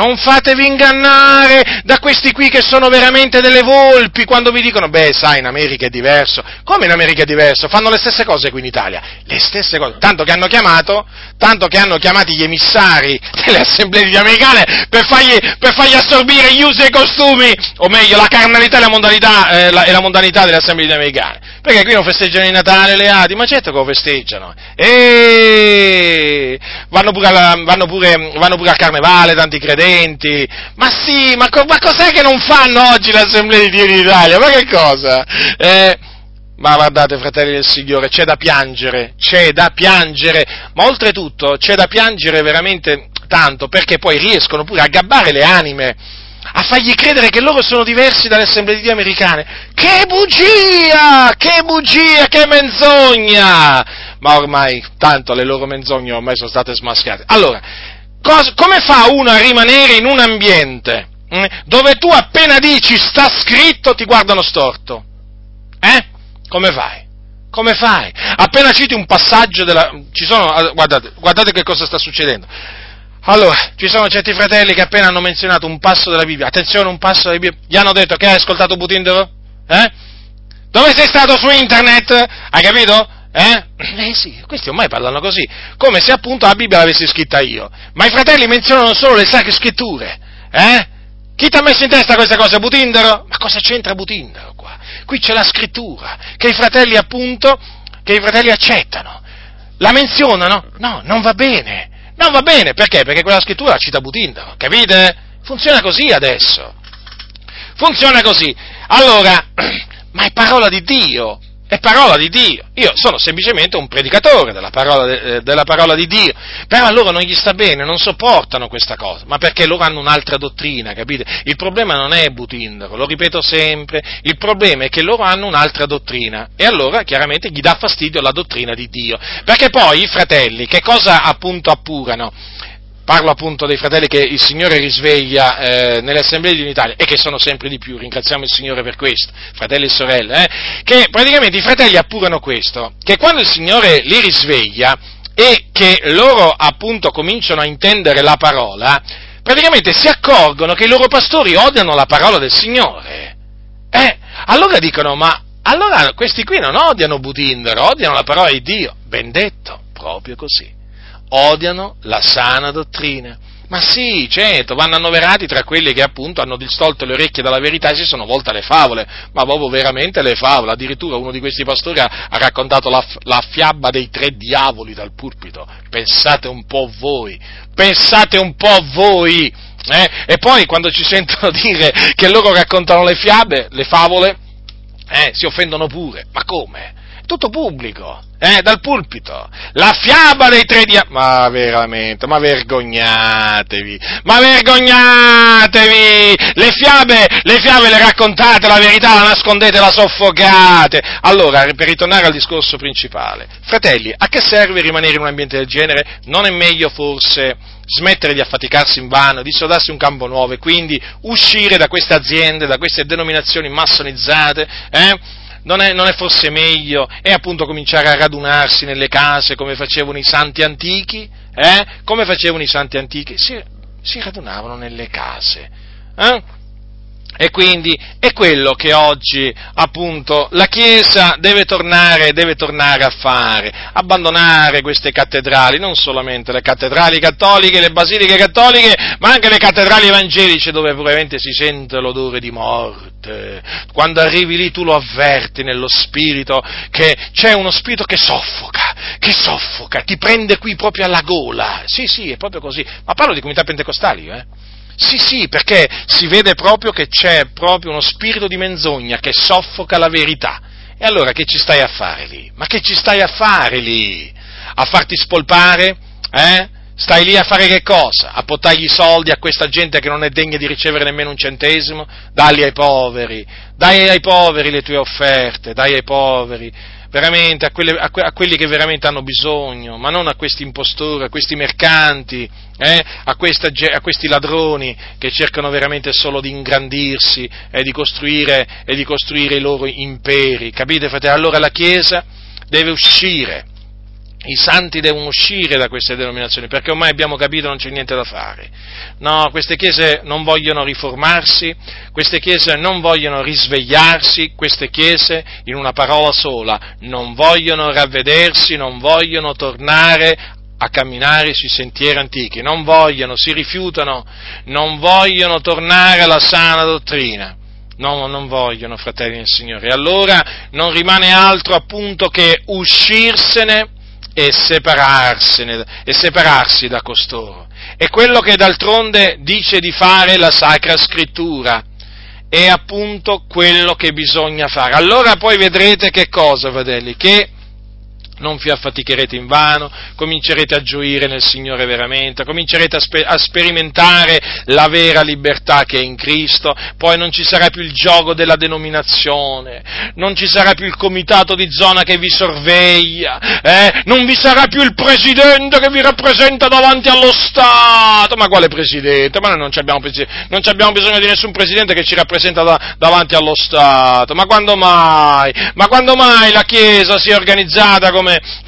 Speaker 1: da questi qui che sono veramente delle volpi, quando vi dicono, sai, in America è diverso. Come in America è diverso? Fanno le stesse cose qui in Italia, le stesse cose, tanto che hanno chiamati gli emissari delle assemblee di Dio americane per fargli assorbire gli usi e i costumi, o meglio, la carnalità e la mondanità delle assemblee di Dio americane. Perché qui non festeggiano il Natale, le Adi, ma certo che lo festeggiano. E vanno pure al Carnevale, tanti credenti. Ma sì, ma cos'è che non fanno oggi l'Assemblea di Dio in Italia? Ma che cosa? Ma guardate, fratelli del Signore, c'è da piangere, ma oltretutto c'è da piangere veramente tanto, perché poi riescono pure a gabbare le anime, a fargli credere che loro sono diversi dalle assemblee di Dio americane. Che bugia, che menzogna! Ma ormai, tanto le loro menzogne ormai sono state smascherate. Allora, come fa uno a rimanere in un ambiente dove tu appena dici sta scritto ti guardano storto? Come fai? Appena citi un passaggio guardate che cosa sta succedendo. Allora, ci sono certi fratelli che appena hanno menzionato un passo della Bibbia, attenzione, un passo della Bibbia, gli hanno detto che hai ascoltato Butindaro? Dove sei stato su internet? Hai capito? Sì, questi ormai parlano così, come se appunto la Bibbia l'avessi scritta io. Ma i fratelli menzionano solo le sacre scritture, Chi ti ha messo in testa queste cose, Butindaro? Ma cosa c'entra Butindaro qua? Qui c'è la scrittura, che i fratelli accettano. La menzionano? No, non va bene. Non va bene, perché? Perché quella scrittura la cita Butindaro, capite? Funziona così adesso. Funziona così. Allora, ma è parola di Dio. Io sono semplicemente un predicatore della parola di Dio, però a loro non gli sta bene, non sopportano questa cosa, ma perché loro hanno un'altra dottrina, capite? Il problema non è Butindaro, lo ripeto sempre, il problema è che loro hanno un'altra dottrina, e allora chiaramente gli dà fastidio la dottrina di Dio, perché poi i fratelli che cosa appunto appurano? Parlo appunto dei fratelli che il Signore risveglia nelle assemblee di Italia, e che sono sempre di più, ringraziamo il Signore per questo, fratelli e sorelle, che praticamente i fratelli appurano questo, che quando il Signore li risveglia e che loro appunto cominciano a intendere la parola, praticamente si accorgono che i loro pastori odiano la parola del Signore, allora dicono, ma allora questi qui non odiano Butindaro, odiano la parola di Dio, ben detto, proprio così. Odiano la sana dottrina. Ma sì, certo, vanno annoverati tra quelli che appunto hanno distolto le orecchie dalla verità e si sono volte alle favole, ma proprio veramente le favole. Addirittura uno di questi pastori ha raccontato la fiaba dei 3 diavoli dal pulpito. Pensate un po' voi. E poi quando ci sentono dire che loro raccontano le favole, Si offendono pure, ma come? È tutto pubblico, dal pulpito, la fiaba dei tre diavoli, ma veramente, ma vergognatevi, le fiabe le raccontate, la verità la nascondete, la soffocate. Allora, per ritornare al discorso principale, fratelli, a che serve rimanere in un ambiente del genere? Non è meglio forse smettere di affaticarsi invano, di sodarsi un campo nuovo e quindi uscire da queste aziende, da queste denominazioni massonizzate, Non è forse meglio, appunto, cominciare a radunarsi nelle case come facevano i santi antichi? Come facevano i santi antichi? Si radunavano nelle case, E quindi è quello che oggi, appunto, la Chiesa deve tornare a fare, abbandonare queste cattedrali, non solamente le cattedrali cattoliche, le basiliche cattoliche, ma anche le cattedrali evangeliche dove probabilmente si sente l'odore di morte. Quando arrivi lì tu lo avverti nello spirito, che c'è uno spirito che soffoca, ti prende qui proprio alla gola. Sì, è proprio così. Ma parlo di comunità pentecostali, Sì, perché si vede proprio che c'è proprio uno spirito di menzogna che soffoca la verità. E allora che ci stai a fare lì? Ma che ci stai a fare lì? A farti spolpare? Stai lì a fare che cosa? A portargli i soldi a questa gente che non è degna di ricevere nemmeno un centesimo? Dai ai poveri le tue offerte, dai ai poveri, veramente, a quelli che veramente hanno bisogno, ma non a questi impostori, a questi mercanti, a questi ladroni che cercano veramente solo di ingrandirsi e di costruire i loro imperi, capite, fratelli? Allora la Chiesa deve uscire, i santi devono uscire da queste denominazioni, perché ormai abbiamo capito non c'è niente da fare. No, queste chiese non vogliono riformarsi, queste chiese non vogliono risvegliarsi, queste chiese, in una parola sola, non vogliono ravvedersi, non vogliono tornare a camminare sui sentieri antichi, si rifiutano, non vogliono tornare alla sana dottrina. No, non vogliono, fratelli del Signore. E allora non rimane altro appunto che uscirsene e separarsi da costoro. È quello che d'altronde dice di fare la Sacra Scrittura, è appunto quello che bisogna fare. Allora poi vedrete che cosa, fratelli, che non vi affaticherete invano, comincerete a gioire nel Signore veramente, comincerete a sperimentare la vera libertà che è in Cristo, poi non ci sarà più il giogo della denominazione, non ci sarà più il comitato di zona che vi sorveglia, non vi sarà più il presidente che vi rappresenta davanti allo Stato. Ma quale presidente? Ma noi non abbiamo bisogno di nessun presidente che ci rappresenta davanti allo Stato. Ma quando mai la Chiesa si è organizzata come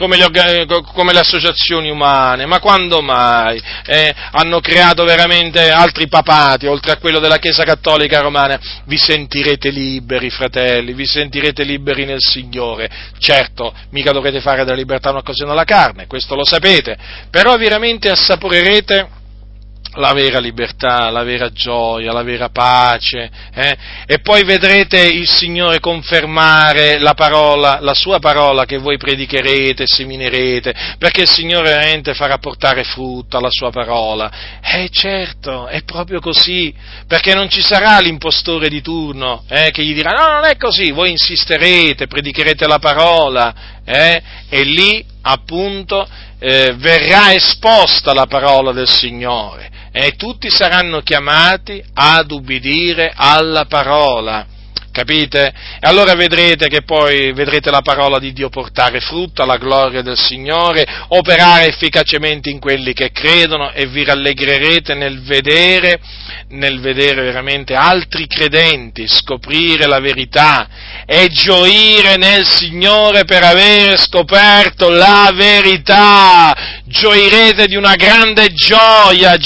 Speaker 1: le associazioni umane? Ma quando mai hanno creato veramente altri papati, oltre a quello della Chiesa Cattolica Romana? Vi sentirete liberi, fratelli, vi sentirete liberi nel Signore. Certo, mica dovrete fare della libertà un'occasione alla carne, questo lo sapete, però veramente assaporerete la vera libertà, la vera gioia, la vera pace, e poi vedrete il Signore confermare la sua parola che voi predicherete, seminerete, perché il Signore veramente farà portare frutto alla sua parola. Certo, è proprio così, perché non ci sarà l'impostore di turno, che gli dirà no, non è così, voi insisterete, predicherete la parola, e lì appunto verrà esposta la parola del Signore. E tutti saranno chiamati ad ubbidire alla parola, capite? E allora vedrete che poi vedrete la parola di Dio portare frutto alla gloria del Signore, operare efficacemente in quelli che credono, e vi rallegrerete nel vedere veramente altri credenti scoprire la verità e gioire nel Signore per aver scoperto la verità. Gioirete di una grande gioia,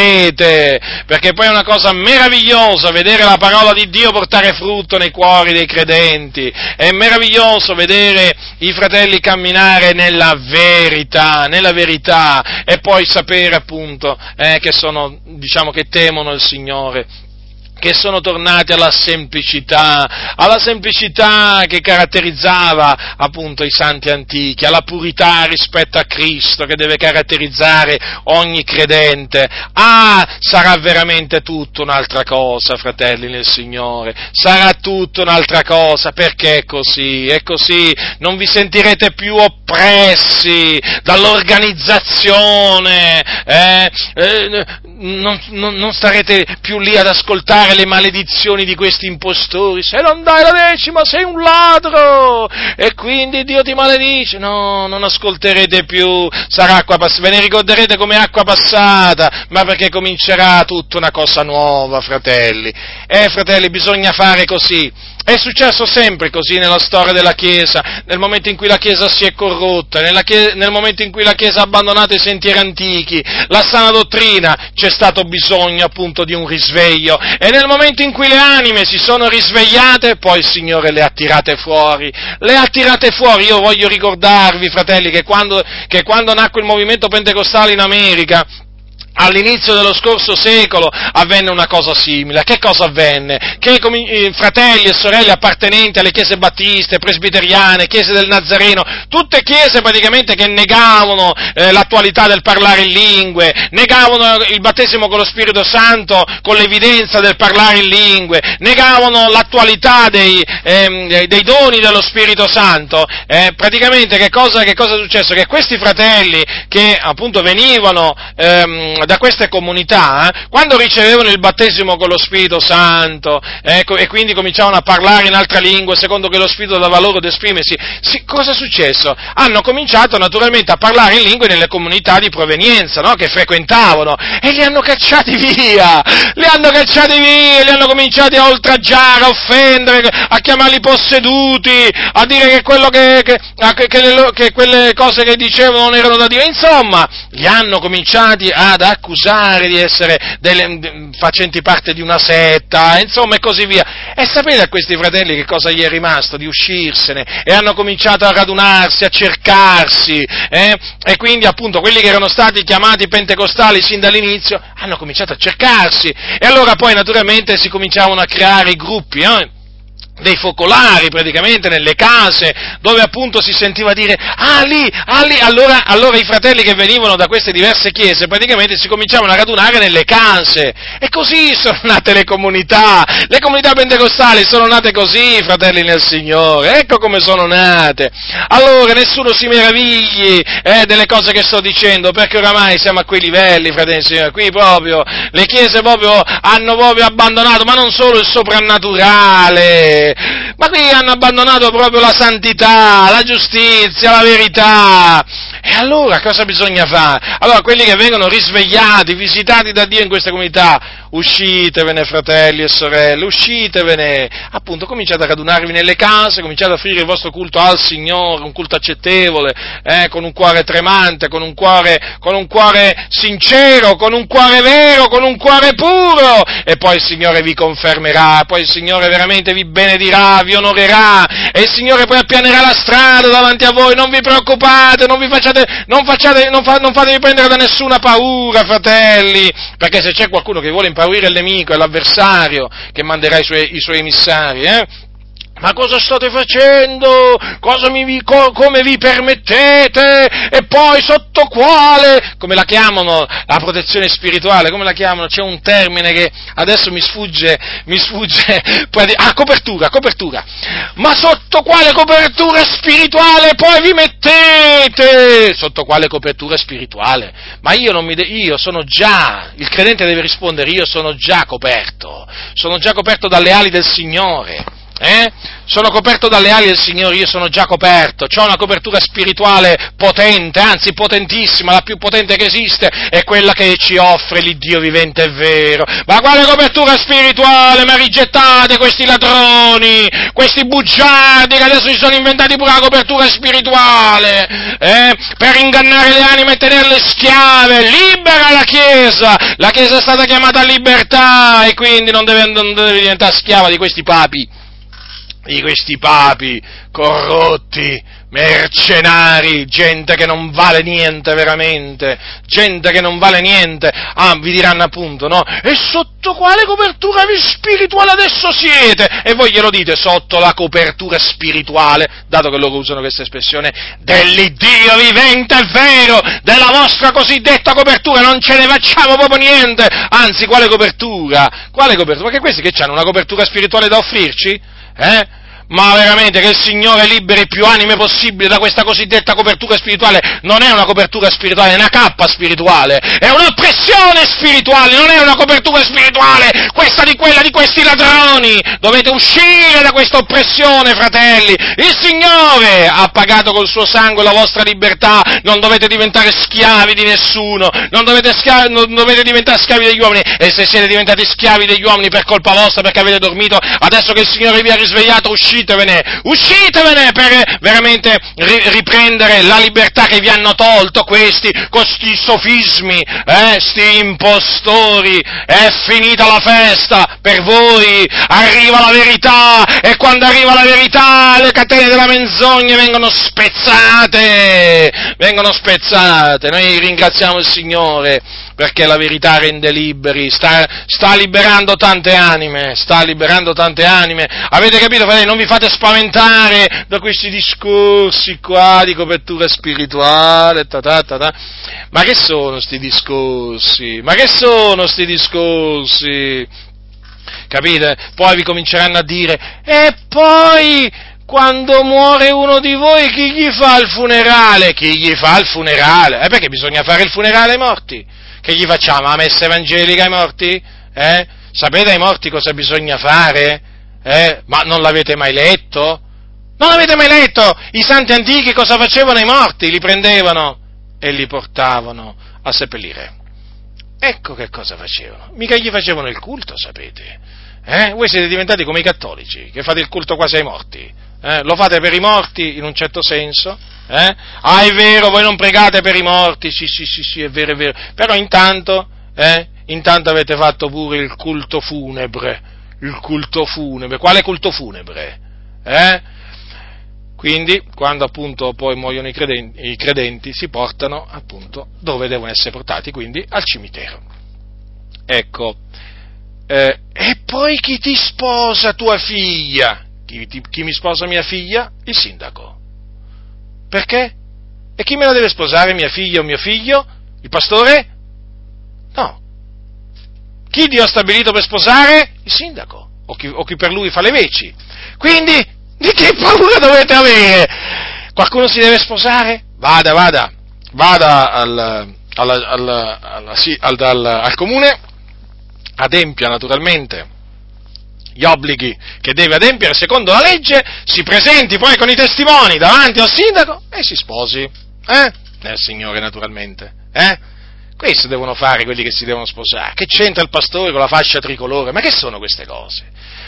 Speaker 1: perché poi è una cosa meravigliosa vedere la parola di Dio portare frutto nei cuori dei credenti, è meraviglioso vedere i fratelli camminare nella verità, e poi sapere appunto che temono il Signore, che sono tornati alla semplicità che caratterizzava appunto i santi antichi, alla purità rispetto a Cristo che deve caratterizzare ogni credente. Sarà veramente tutto un'altra cosa, fratelli nel Signore, sarà tutto un'altra cosa, perché è così, non vi sentirete più oppressi dall'organizzazione, non starete più lì ad ascoltare le maledizioni di questi impostori. Se non dai la decima sei un ladro e quindi Dio ti maledice. No, non ascolterete più, sarà acqua passata, ve ne ricorderete come acqua passata, ma perché comincerà tutta una cosa nuova, fratelli. Fratelli, bisogna fare così. È successo sempre così nella storia della Chiesa, nel momento in cui la Chiesa si è corrotta, nel momento in cui la Chiesa ha abbandonato i sentieri antichi, la sana dottrina, c'è stato bisogno appunto di un risveglio, e nel momento in cui le anime si sono risvegliate, poi il Signore le ha tirate fuori. Io voglio ricordarvi, fratelli, che quando nacque il movimento pentecostale in America, all'inizio dello scorso secolo avvenne una cosa simile. Che cosa avvenne? Che fratelli e sorelle appartenenti alle chiese battiste, presbiteriane, chiese del Nazareno, tutte chiese praticamente che negavano l'attualità del parlare in lingue, negavano il battesimo con lo Spirito Santo con l'evidenza del parlare in lingue, negavano l'attualità dei doni dello Spirito Santo. Praticamente che cosa è successo? Che questi fratelli che appunto venivano da queste comunità, quando ricevevano il battesimo con lo Spirito Santo, e quindi cominciavano a parlare in altra lingua, secondo che lo Spirito dava loro ad esprimersi, cosa è successo? Hanno cominciato naturalmente a parlare in lingue nelle comunità di provenienza, no? Che frequentavano, e li hanno cacciati via, li hanno cominciati a oltraggiare, a offendere, a chiamarli posseduti, a dire che quello che quelle cose che dicevano non erano da Dio. Insomma, li hanno cominciati ad accusare di essere facenti parte di una setta, insomma, e così via. E sapete a questi fratelli che cosa gli è rimasto? Di uscirsene, e hanno cominciato a radunarsi, a cercarsi, e quindi appunto quelli che erano stati chiamati pentecostali sin dall'inizio hanno cominciato a cercarsi, e allora poi naturalmente si cominciavano a creare i gruppi, dei focolari praticamente nelle case, dove appunto si sentiva dire allora i fratelli che venivano da queste diverse chiese praticamente si cominciavano a radunare nelle case, e così sono nate le comunità pentecostali sono nate così, fratelli nel Signore, ecco come sono nate. Allora nessuno si meravigli delle cose che sto dicendo, perché oramai siamo a quei livelli, fratelli nel Signore, qui proprio le chiese hanno proprio abbandonato, ma non solo il soprannaturale, ma qui hanno abbandonato proprio la santità, la giustizia, la verità. E allora cosa bisogna fare? Allora quelli che vengono risvegliati, visitati da Dio in queste comunità, uscitevene, fratelli e sorelle, uscitevene, appunto cominciate a radunarvi nelle case, cominciate a offrire il vostro culto al Signore, un culto accettevole, con un cuore tremante, con un cuore sincero, con un cuore vero, con un cuore puro, e poi il Signore vi confermerà, poi il Signore veramente vi benedirà, vi onorerà, e il Signore poi appianerà la strada davanti a voi. Non vi preoccupate, non fatevi prendere da nessuna paura, fratelli, perché se c'è qualcuno che vuole impaurire il nemico, è l'avversario che manderà i suoi emissari, Ma cosa state facendo? Come vi permettete? E poi sotto quale? Come la chiamano? La protezione spirituale, come la chiamano? C'è un termine che adesso mi sfugge, copertura. Ma sotto quale copertura spirituale poi vi mettete? Sotto quale copertura spirituale? Ma io sono già, il credente deve rispondere, io sono già coperto dalle ali del Signore. Sono coperto dalle ali del Signore, io sono già coperto, c'ho una copertura spirituale potente, anzi potentissima, la più potente che esiste, è quella che ci offre l'Iddio vivente e vero. Ma quale copertura spirituale? Ma rigettate questi ladroni, questi bugiardi che adesso si sono inventati pure la copertura spirituale, per ingannare le anime e tenerle schiave. Libera la Chiesa è stata chiamata a libertà, e quindi non deve diventare schiava di questi papi. di questi papi corrotti, mercenari, gente che non vale niente veramente, gente che non vale niente. Ah, vi diranno appunto, no? E sotto quale copertura spirituale adesso siete? E voi glielo dite, sotto la copertura spirituale, dato che loro usano questa espressione, dell'Iddio vivente e vero, della vostra cosiddetta copertura, non ce ne facciamo proprio niente, anzi, quale copertura? Quale copertura? Perché questi che hanno una copertura spirituale da offrirci? Ma veramente che il Signore liberi più anime possibile da questa cosiddetta copertura spirituale. Non è una copertura spirituale, è una cappa spirituale, è un'oppressione spirituale, non è una copertura spirituale, questa di quella di questi ladroni. Dovete uscire da questa oppressione, fratelli. Il Signore ha pagato col suo sangue la vostra libertà, non dovete diventare schiavi di nessuno, non dovete diventare schiavi degli uomini, e se siete diventati schiavi degli uomini per colpa vostra, perché avete dormito, adesso che il Signore vi ha risvegliato, uscitevene per veramente riprendere la libertà che vi hanno tolto questi, con sti sofismi, sti impostori. È finita la festa per voi, arriva la verità, e quando arriva la verità le catene della menzogna vengono spezzate. Noi ringraziamo il Signore perché la verità rende liberi, sta liberando tante anime. Avete capito, fratelli? Non vi fate spaventare da questi discorsi qua di copertura spirituale, Ma che sono sti discorsi? Capite? Poi vi cominceranno a dire, e poi quando muore uno di voi chi gli fa il funerale? Perché bisogna fare il funerale ai morti? Che gli facciamo? La messa evangelica ai morti? Sapete ai morti cosa bisogna fare? Ma non l'avete mai letto? I santi antichi cosa facevano ai morti? Li prendevano e li portavano a seppellire. Ecco che cosa facevano. Mica gli facevano il culto, sapete? Voi siete diventati come i cattolici, che fate il culto quasi ai morti. Lo fate per i morti, in un certo senso. Ah, è vero, voi non pregate per i morti, sì, è vero. Però intanto avete fatto pure il culto funebre. Quale culto funebre? Quindi, quando appunto poi muoiono i credenti si portano appunto dove devono essere portati, quindi al cimitero. Ecco, e poi chi ti sposa tua figlia? Chi mi sposa mia figlia? Il sindaco. Perché? E chi me la deve sposare, mia figlia o mio figlio? Il pastore? No. Chi Dio ha stabilito per sposare? Il sindaco. O chi per lui fa le veci. Quindi, di che paura dovete avere? Qualcuno si deve sposare? Vada al comune, adempia naturalmente gli obblighi che deve adempiere secondo la legge, si presenti poi con i testimoni davanti al sindaco e si sposi, nel Signore naturalmente, Questo devono fare quelli che si devono sposare. Che c'entra il pastore con la fascia tricolore? Ma che sono queste cose?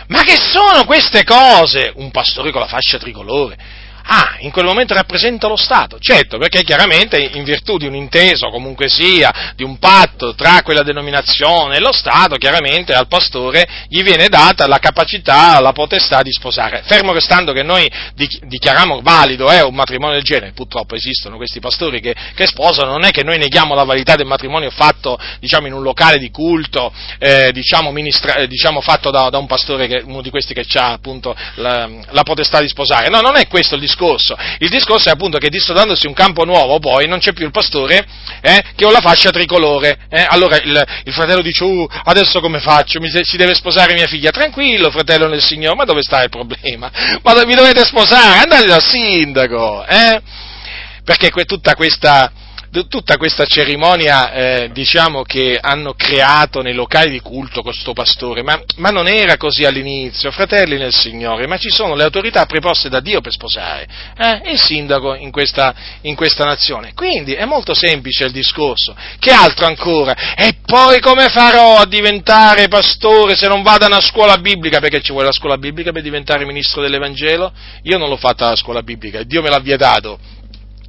Speaker 1: Un pastore con la fascia tricolore? In quel momento rappresenta lo Stato, certo, perché chiaramente in virtù di un'intesa, o comunque sia, di un patto tra quella denominazione e lo Stato, chiaramente al pastore gli viene data la capacità, la potestà di sposare. Fermo restando che noi dichiariamo valido un matrimonio del genere, purtroppo esistono questi pastori che sposano, non è che noi neghiamo la validità del matrimonio fatto, in un locale di culto, fatto da un pastore, uno di questi che ha appunto la potestà di sposare. No, non è questo il discorso. Il discorso è appunto che dissodandosi un campo nuovo poi non c'è più il pastore che ho la fascia tricolore. Allora il fratello dice, adesso come faccio? Si deve sposare mia figlia. Tranquillo, fratello nel Signore, ma dove sta il problema? Ma vi dovete sposare, andate dal sindaco, perché tutta questa cerimonia, che hanno creato nei locali di culto questo pastore, ma non era così all'inizio, fratelli nel Signore, ma ci sono le autorità preposte da Dio per sposare, il sindaco in questa nazione. Quindi è molto semplice il discorso. Che altro ancora? E poi come farò a diventare pastore se non vado a una scuola biblica? Perché ci vuole la scuola biblica per diventare ministro dell'Evangelo? Io non l'ho fatta la scuola biblica, Dio me l'ha vietato.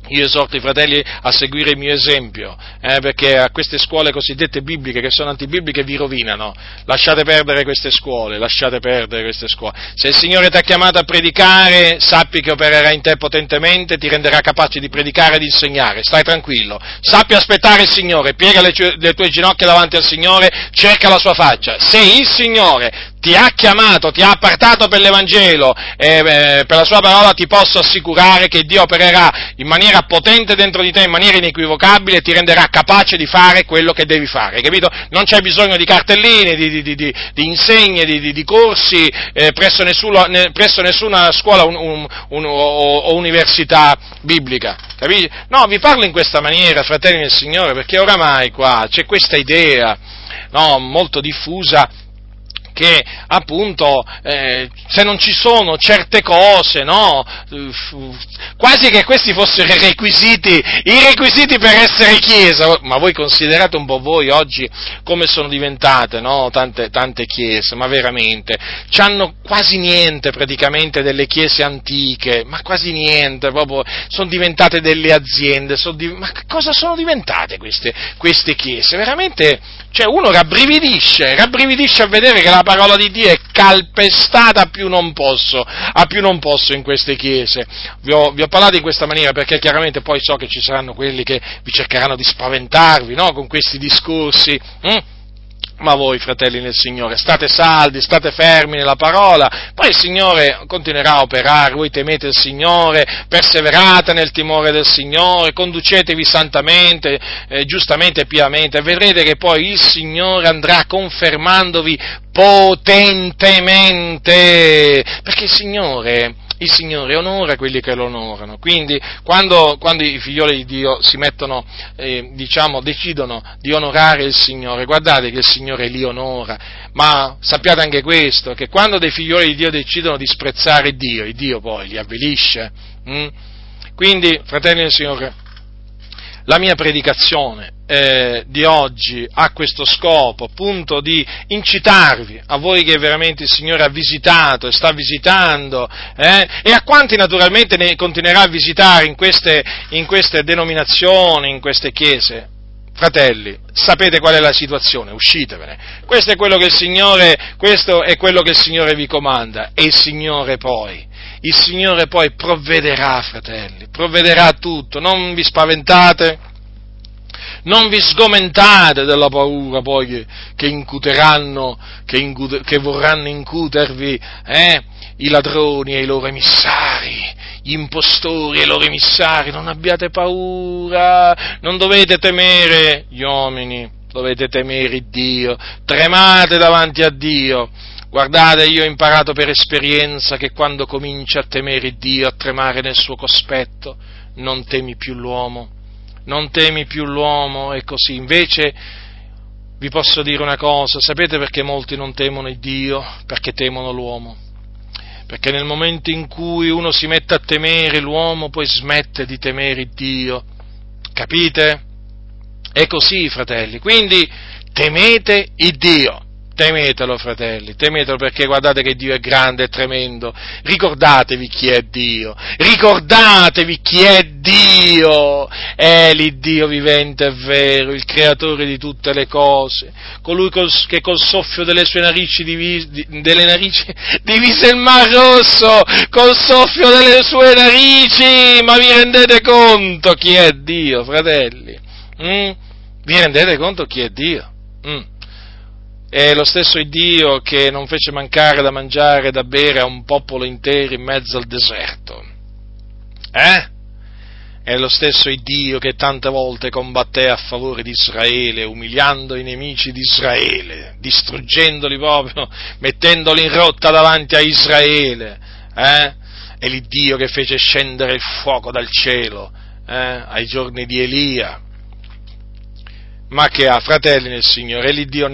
Speaker 1: Io esorto i fratelli a seguire il mio esempio, perché a queste scuole cosiddette bibliche, che sono antibibliche, vi rovinano. Lasciate perdere queste scuole. Se il Signore ti ha chiamato a predicare, sappi che opererà in te potentemente, ti renderà capace di predicare e di insegnare. Stai tranquillo. Sappi aspettare il Signore, piega le tue ginocchia davanti al Signore, cerca la sua faccia. Se il Signore ti ha chiamato, ti ha appartato per l'Evangelo per la sua parola, ti posso assicurare che Dio opererà in maniera potente dentro di te, in maniera inequivocabile, e ti renderà capace di fare quello che devi fare, capito? Non c'è bisogno di cartelline, di insegne, di corsi presso nessuna scuola o università biblica, capito? No, vi parlo in questa maniera, fratelli del Signore, perché oramai qua c'è questa idea, no, molto diffusa, che appunto se non ci sono certe cose, no, quasi che questi fossero i requisiti per essere chiesa. Ma voi considerate un po' voi oggi come sono diventate, no, tante chiese, ma veramente c'hanno quasi niente praticamente delle chiese antiche, ma quasi niente, proprio sono diventate delle aziende, ma cosa sono diventate queste chiese? Veramente, cioè uno rabbrividisce a vedere che la parola di Dio è calpestata a più non posso in queste chiese. Vi ho parlato in questa maniera perché chiaramente poi so che ci saranno quelli che vi cercheranno di spaventarvi, no, con questi discorsi. Ma voi, fratelli nel Signore, state saldi, state fermi nella parola, poi il Signore continuerà a operare, voi temete il Signore, perseverate nel timore del Signore, conducetevi santamente, giustamente e piamente, e vedrete che poi il Signore andrà confermandovi potentemente, perché il Signore onora quelli che lo onorano. Quindi quando i figlioli di Dio si mettono, decidono di onorare il Signore, guardate che il Signore li onora, ma sappiate anche questo, che quando dei figlioli di Dio decidono di disprezzare Dio, il Dio poi li avvilisce. Quindi, fratelli del Signore, la mia predicazione di oggi ha questo scopo, appunto, di incitarvi, a voi che veramente il Signore ha visitato e sta visitando, e a quanti naturalmente ne continuerà a visitare in queste denominazioni, in queste chiese. Fratelli, sapete qual è la situazione? Uscitevene. Questo è quello che il Signore vi comanda, e il Signore poi provvederà, fratelli, provvederà tutto, non vi spaventate, non vi sgomentate della paura poi che vorranno incutervi i ladroni e i loro emissari, gli impostori e i loro emissari. Non abbiate paura, non dovete temere gli uomini, dovete temere Dio, tremate davanti a Dio. Guardate, io ho imparato per esperienza che quando cominci a temere Dio, a tremare nel suo cospetto, non temi più l'uomo, e così. Invece vi posso dire una cosa, sapete perché molti non temono il Dio? Perché temono l'uomo. Perché nel momento in cui uno si mette a temere l'uomo, poi smette di temere Dio. Capite? È così, fratelli. Quindi temete il Dio. Temetelo, fratelli, temetelo, perché guardate che Dio è grande e tremendo. Ricordatevi chi è Dio, è l'Iddio vivente e vero, il creatore di tutte le cose, colui che col soffio delle sue narici divise il Mar Rosso, col soffio delle sue narici. Ma vi rendete conto chi è Dio, fratelli? Vi rendete conto chi è Dio? È lo stesso Dio che non fece mancare da mangiare e da bere a un popolo intero in mezzo al deserto. È lo stesso Dio che tante volte combatté a favore di Israele, umiliando i nemici di Israele, distruggendoli proprio, mettendoli in rotta davanti a Israele. È l'Iddio che fece scendere il fuoco dal cielo ai giorni di Elia. Ma che ha, fratelli nel Signore? È l'Iddio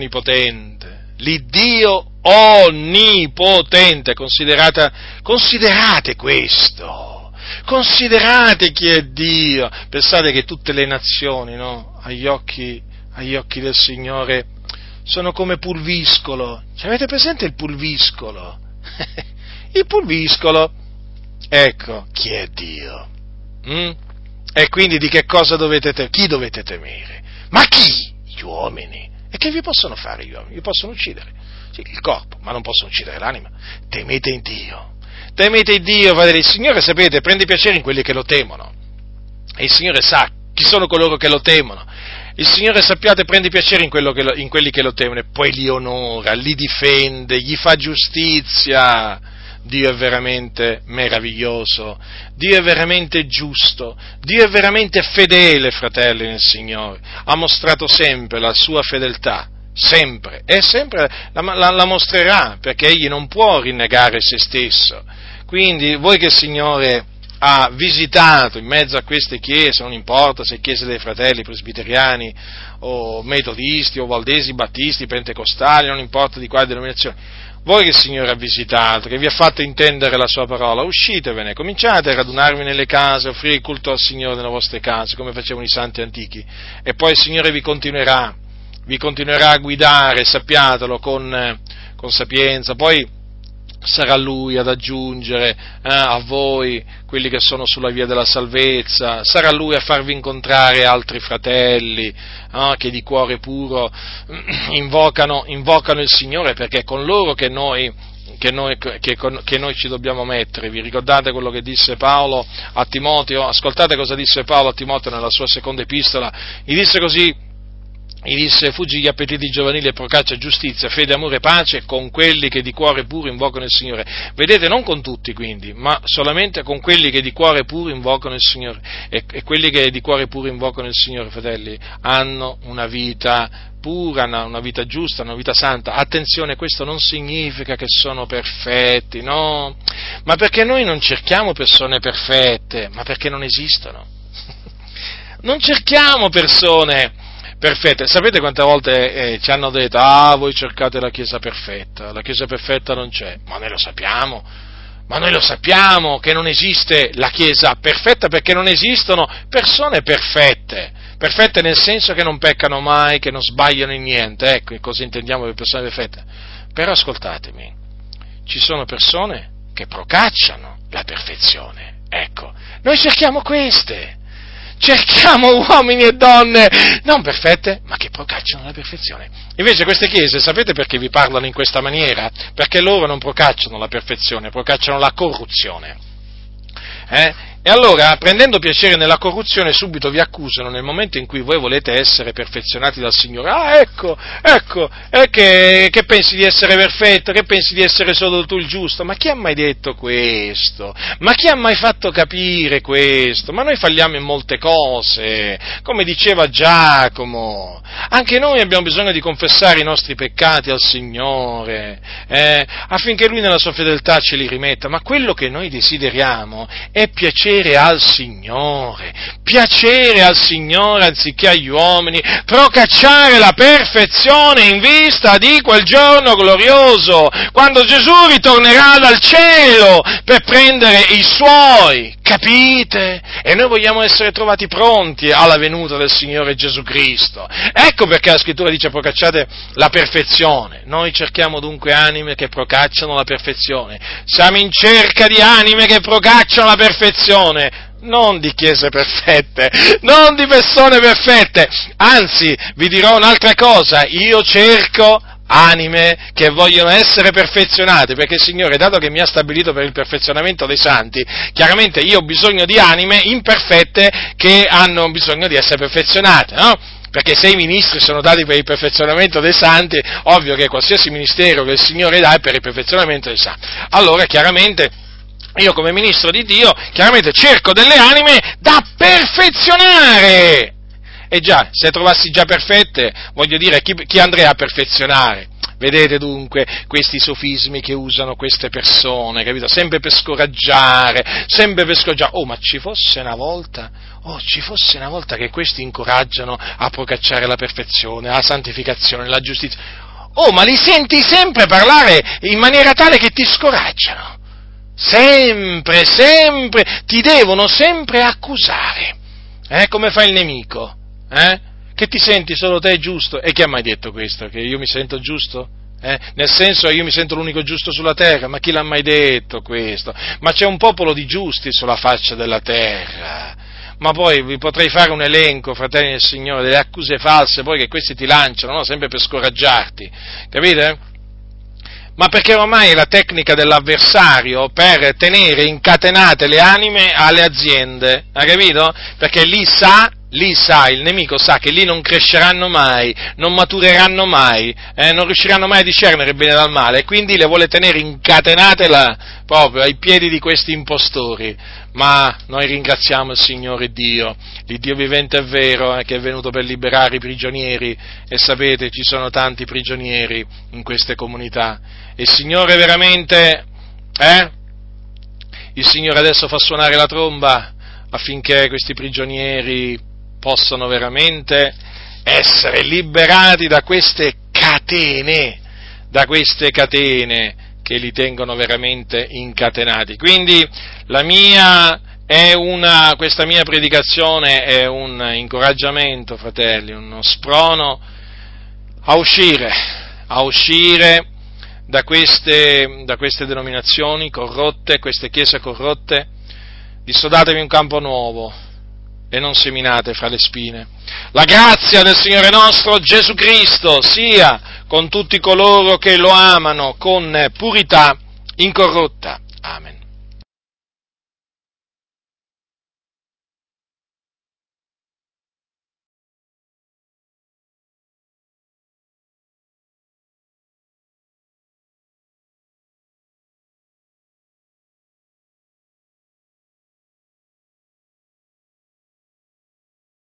Speaker 1: onnipotente, considerate questo, considerate chi è Dio. Pensate che tutte le nazioni, no, agli occhi del Signore sono come pulviscolo. Avete presente il pulviscolo? Il pulviscolo, ecco chi è Dio. E quindi di che cosa dovete temere? Chi dovete temere? Ma chi? Gli uomini. E che vi possono fare gli uomini? Vi possono uccidere. Sì, il corpo, ma non possono uccidere l'anima. Temete in Dio. Temete in Dio, fratelli. Il Signore, sapete, prende piacere in quelli che lo temono. E il Signore sa chi sono coloro che lo temono. Il Signore, sappiate, prende piacere in quelli che lo temono e poi li onora, li difende, gli fa giustizia. Dio è veramente meraviglioso, Dio è veramente giusto, Dio è veramente fedele, fratelli nel Signore, ha mostrato sempre la sua fedeltà, sempre, e sempre la mostrerà, perché Egli non può rinnegare se stesso. Quindi voi che il Signore ha visitato in mezzo a queste chiese, non importa se chiese dei fratelli presbiteriani o metodisti o valdesi, battisti, pentecostali, non importa di quale denominazione, voi che il Signore ha visitato, che vi ha fatto intendere la sua parola, uscitevene, cominciate a radunarvi nelle case, a offrire il culto al Signore nelle vostre case, come facevano i santi antichi, e poi il Signore vi continuerà a guidare, sappiatelo, con sapienza, poi sarà Lui ad aggiungere a voi quelli che sono sulla via della salvezza, sarà Lui a farvi incontrare altri fratelli che di cuore puro invocano il Signore, perché è con loro che noi ci dobbiamo mettere. Vi ricordate quello che disse Paolo a Timoteo? Ascoltate cosa disse Paolo a Timoteo nella sua seconda epistola, gli disse: fuggi gli appetiti giovanili e procaccia giustizia, fede, amore, pace con quelli che di cuore puro invocano il Signore. Vedete, non con tutti quindi, ma solamente con quelli che di cuore puro invocano il Signore. E quelli che di cuore puro invocano il Signore, fratelli, hanno una vita pura, una vita giusta, una vita santa. Attenzione, questo non significa che sono perfetti, no, ma perché noi non cerchiamo persone perfette, ma perché non esistono. Non cerchiamo persone perfette. Sapete quante volte ci hanno detto: voi cercate la Chiesa perfetta non c'è. Ma noi lo sappiamo che non esiste la Chiesa perfetta, perché non esistono persone perfette nel senso che non peccano mai, che non sbagliano in niente, ecco cosa intendiamo per persone perfette. Però ascoltatemi, ci sono persone che procacciano la perfezione, ecco, noi cerchiamo queste. Cerchiamo uomini e donne non perfette, ma che procacciano la perfezione. Invece queste chiese, sapete perché vi parlano in questa maniera? Perché loro non procacciano la perfezione, procacciano la corruzione. E allora, prendendo piacere nella corruzione, subito vi accusano nel momento in cui voi volete essere perfezionati dal Signore. Ecco, che pensi di essere perfetto, che pensi di essere solo tu il giusto? Ma chi ha mai detto questo? Ma chi ha mai fatto capire questo? Ma noi falliamo in molte cose, come diceva Giacomo. Anche noi abbiamo bisogno di confessare i nostri peccati al Signore, affinché Lui nella sua fedeltà ce li rimetta. Ma quello che noi desideriamo è piacere al Signore anziché agli uomini, procacciare la perfezione in vista di quel giorno glorioso, quando Gesù ritornerà dal cielo per prendere i suoi, capite? E noi vogliamo essere trovati pronti alla venuta del Signore Gesù Cristo. Ecco perché la Scrittura dice: procacciate la perfezione. Noi cerchiamo dunque anime che procacciano la perfezione, siamo in cerca di anime che procacciano la perfezione, non di chiese perfette, non di persone perfette. Anzi, vi dirò un'altra cosa: io cerco anime che vogliono essere perfezionate, perché il Signore, dato che mi ha stabilito per il perfezionamento dei santi, chiaramente io ho bisogno di anime imperfette che hanno bisogno di essere perfezionate, no? Perché se i ministri sono dati per il perfezionamento dei santi, ovvio che qualsiasi ministero che il Signore dà è per il perfezionamento dei santi. Allora, chiaramente, io come ministro di Dio, chiaramente cerco delle anime da perfezionare. E già, se trovassi già perfette, voglio dire, chi andrei a perfezionare? Vedete dunque questi sofismi che usano queste persone, capito? Sempre per scoraggiare. Oh, ma ci fosse una volta che questi incoraggiano a procacciare la perfezione, la santificazione, la giustizia. Oh, ma li senti sempre parlare in maniera tale che ti scoraggiano. Sempre, ti devono sempre accusare. Come fa il nemico? Che ti senti solo te giusto? E chi ha mai detto questo? Che io mi sento giusto? Nel senso, io mi sento l'unico giusto sulla terra, ma chi l'ha mai detto questo? Ma c'è un popolo di giusti sulla faccia della terra. ma poi vi potrei fare un elenco, fratelli del Signore, delle accuse false poi che questi ti lanciano, no? Sempre per scoraggiarti, capite? Ma perché ormai è la tecnica dell'avversario per tenere incatenate le anime alle aziende, ha capito? Perché lì sa, il nemico sa che lì non cresceranno mai, non matureranno mai, non riusciranno mai a discernere il bene dal male, e quindi le vuole tenere incatenate proprio ai piedi di questi impostori. Ma noi ringraziamo il Signore Dio, l'Iddio vivente è vero, che è venuto per liberare i prigionieri, e sapete, ci sono tanti prigionieri in queste comunità, e il Signore veramente, il Signore adesso fa suonare la tromba affinché questi prigionieri possano veramente essere liberati da queste catene che li tengono veramente incatenati. Quindi questa mia predicazione è un incoraggiamento, fratelli, uno sprono a uscire da queste denominazioni corrotte, queste chiese corrotte. Dissodatevi un campo nuovo e non seminate fra le spine. La grazia del Signore nostro Gesù Cristo sia con tutti coloro che lo amano con purità incorrotta. Amen.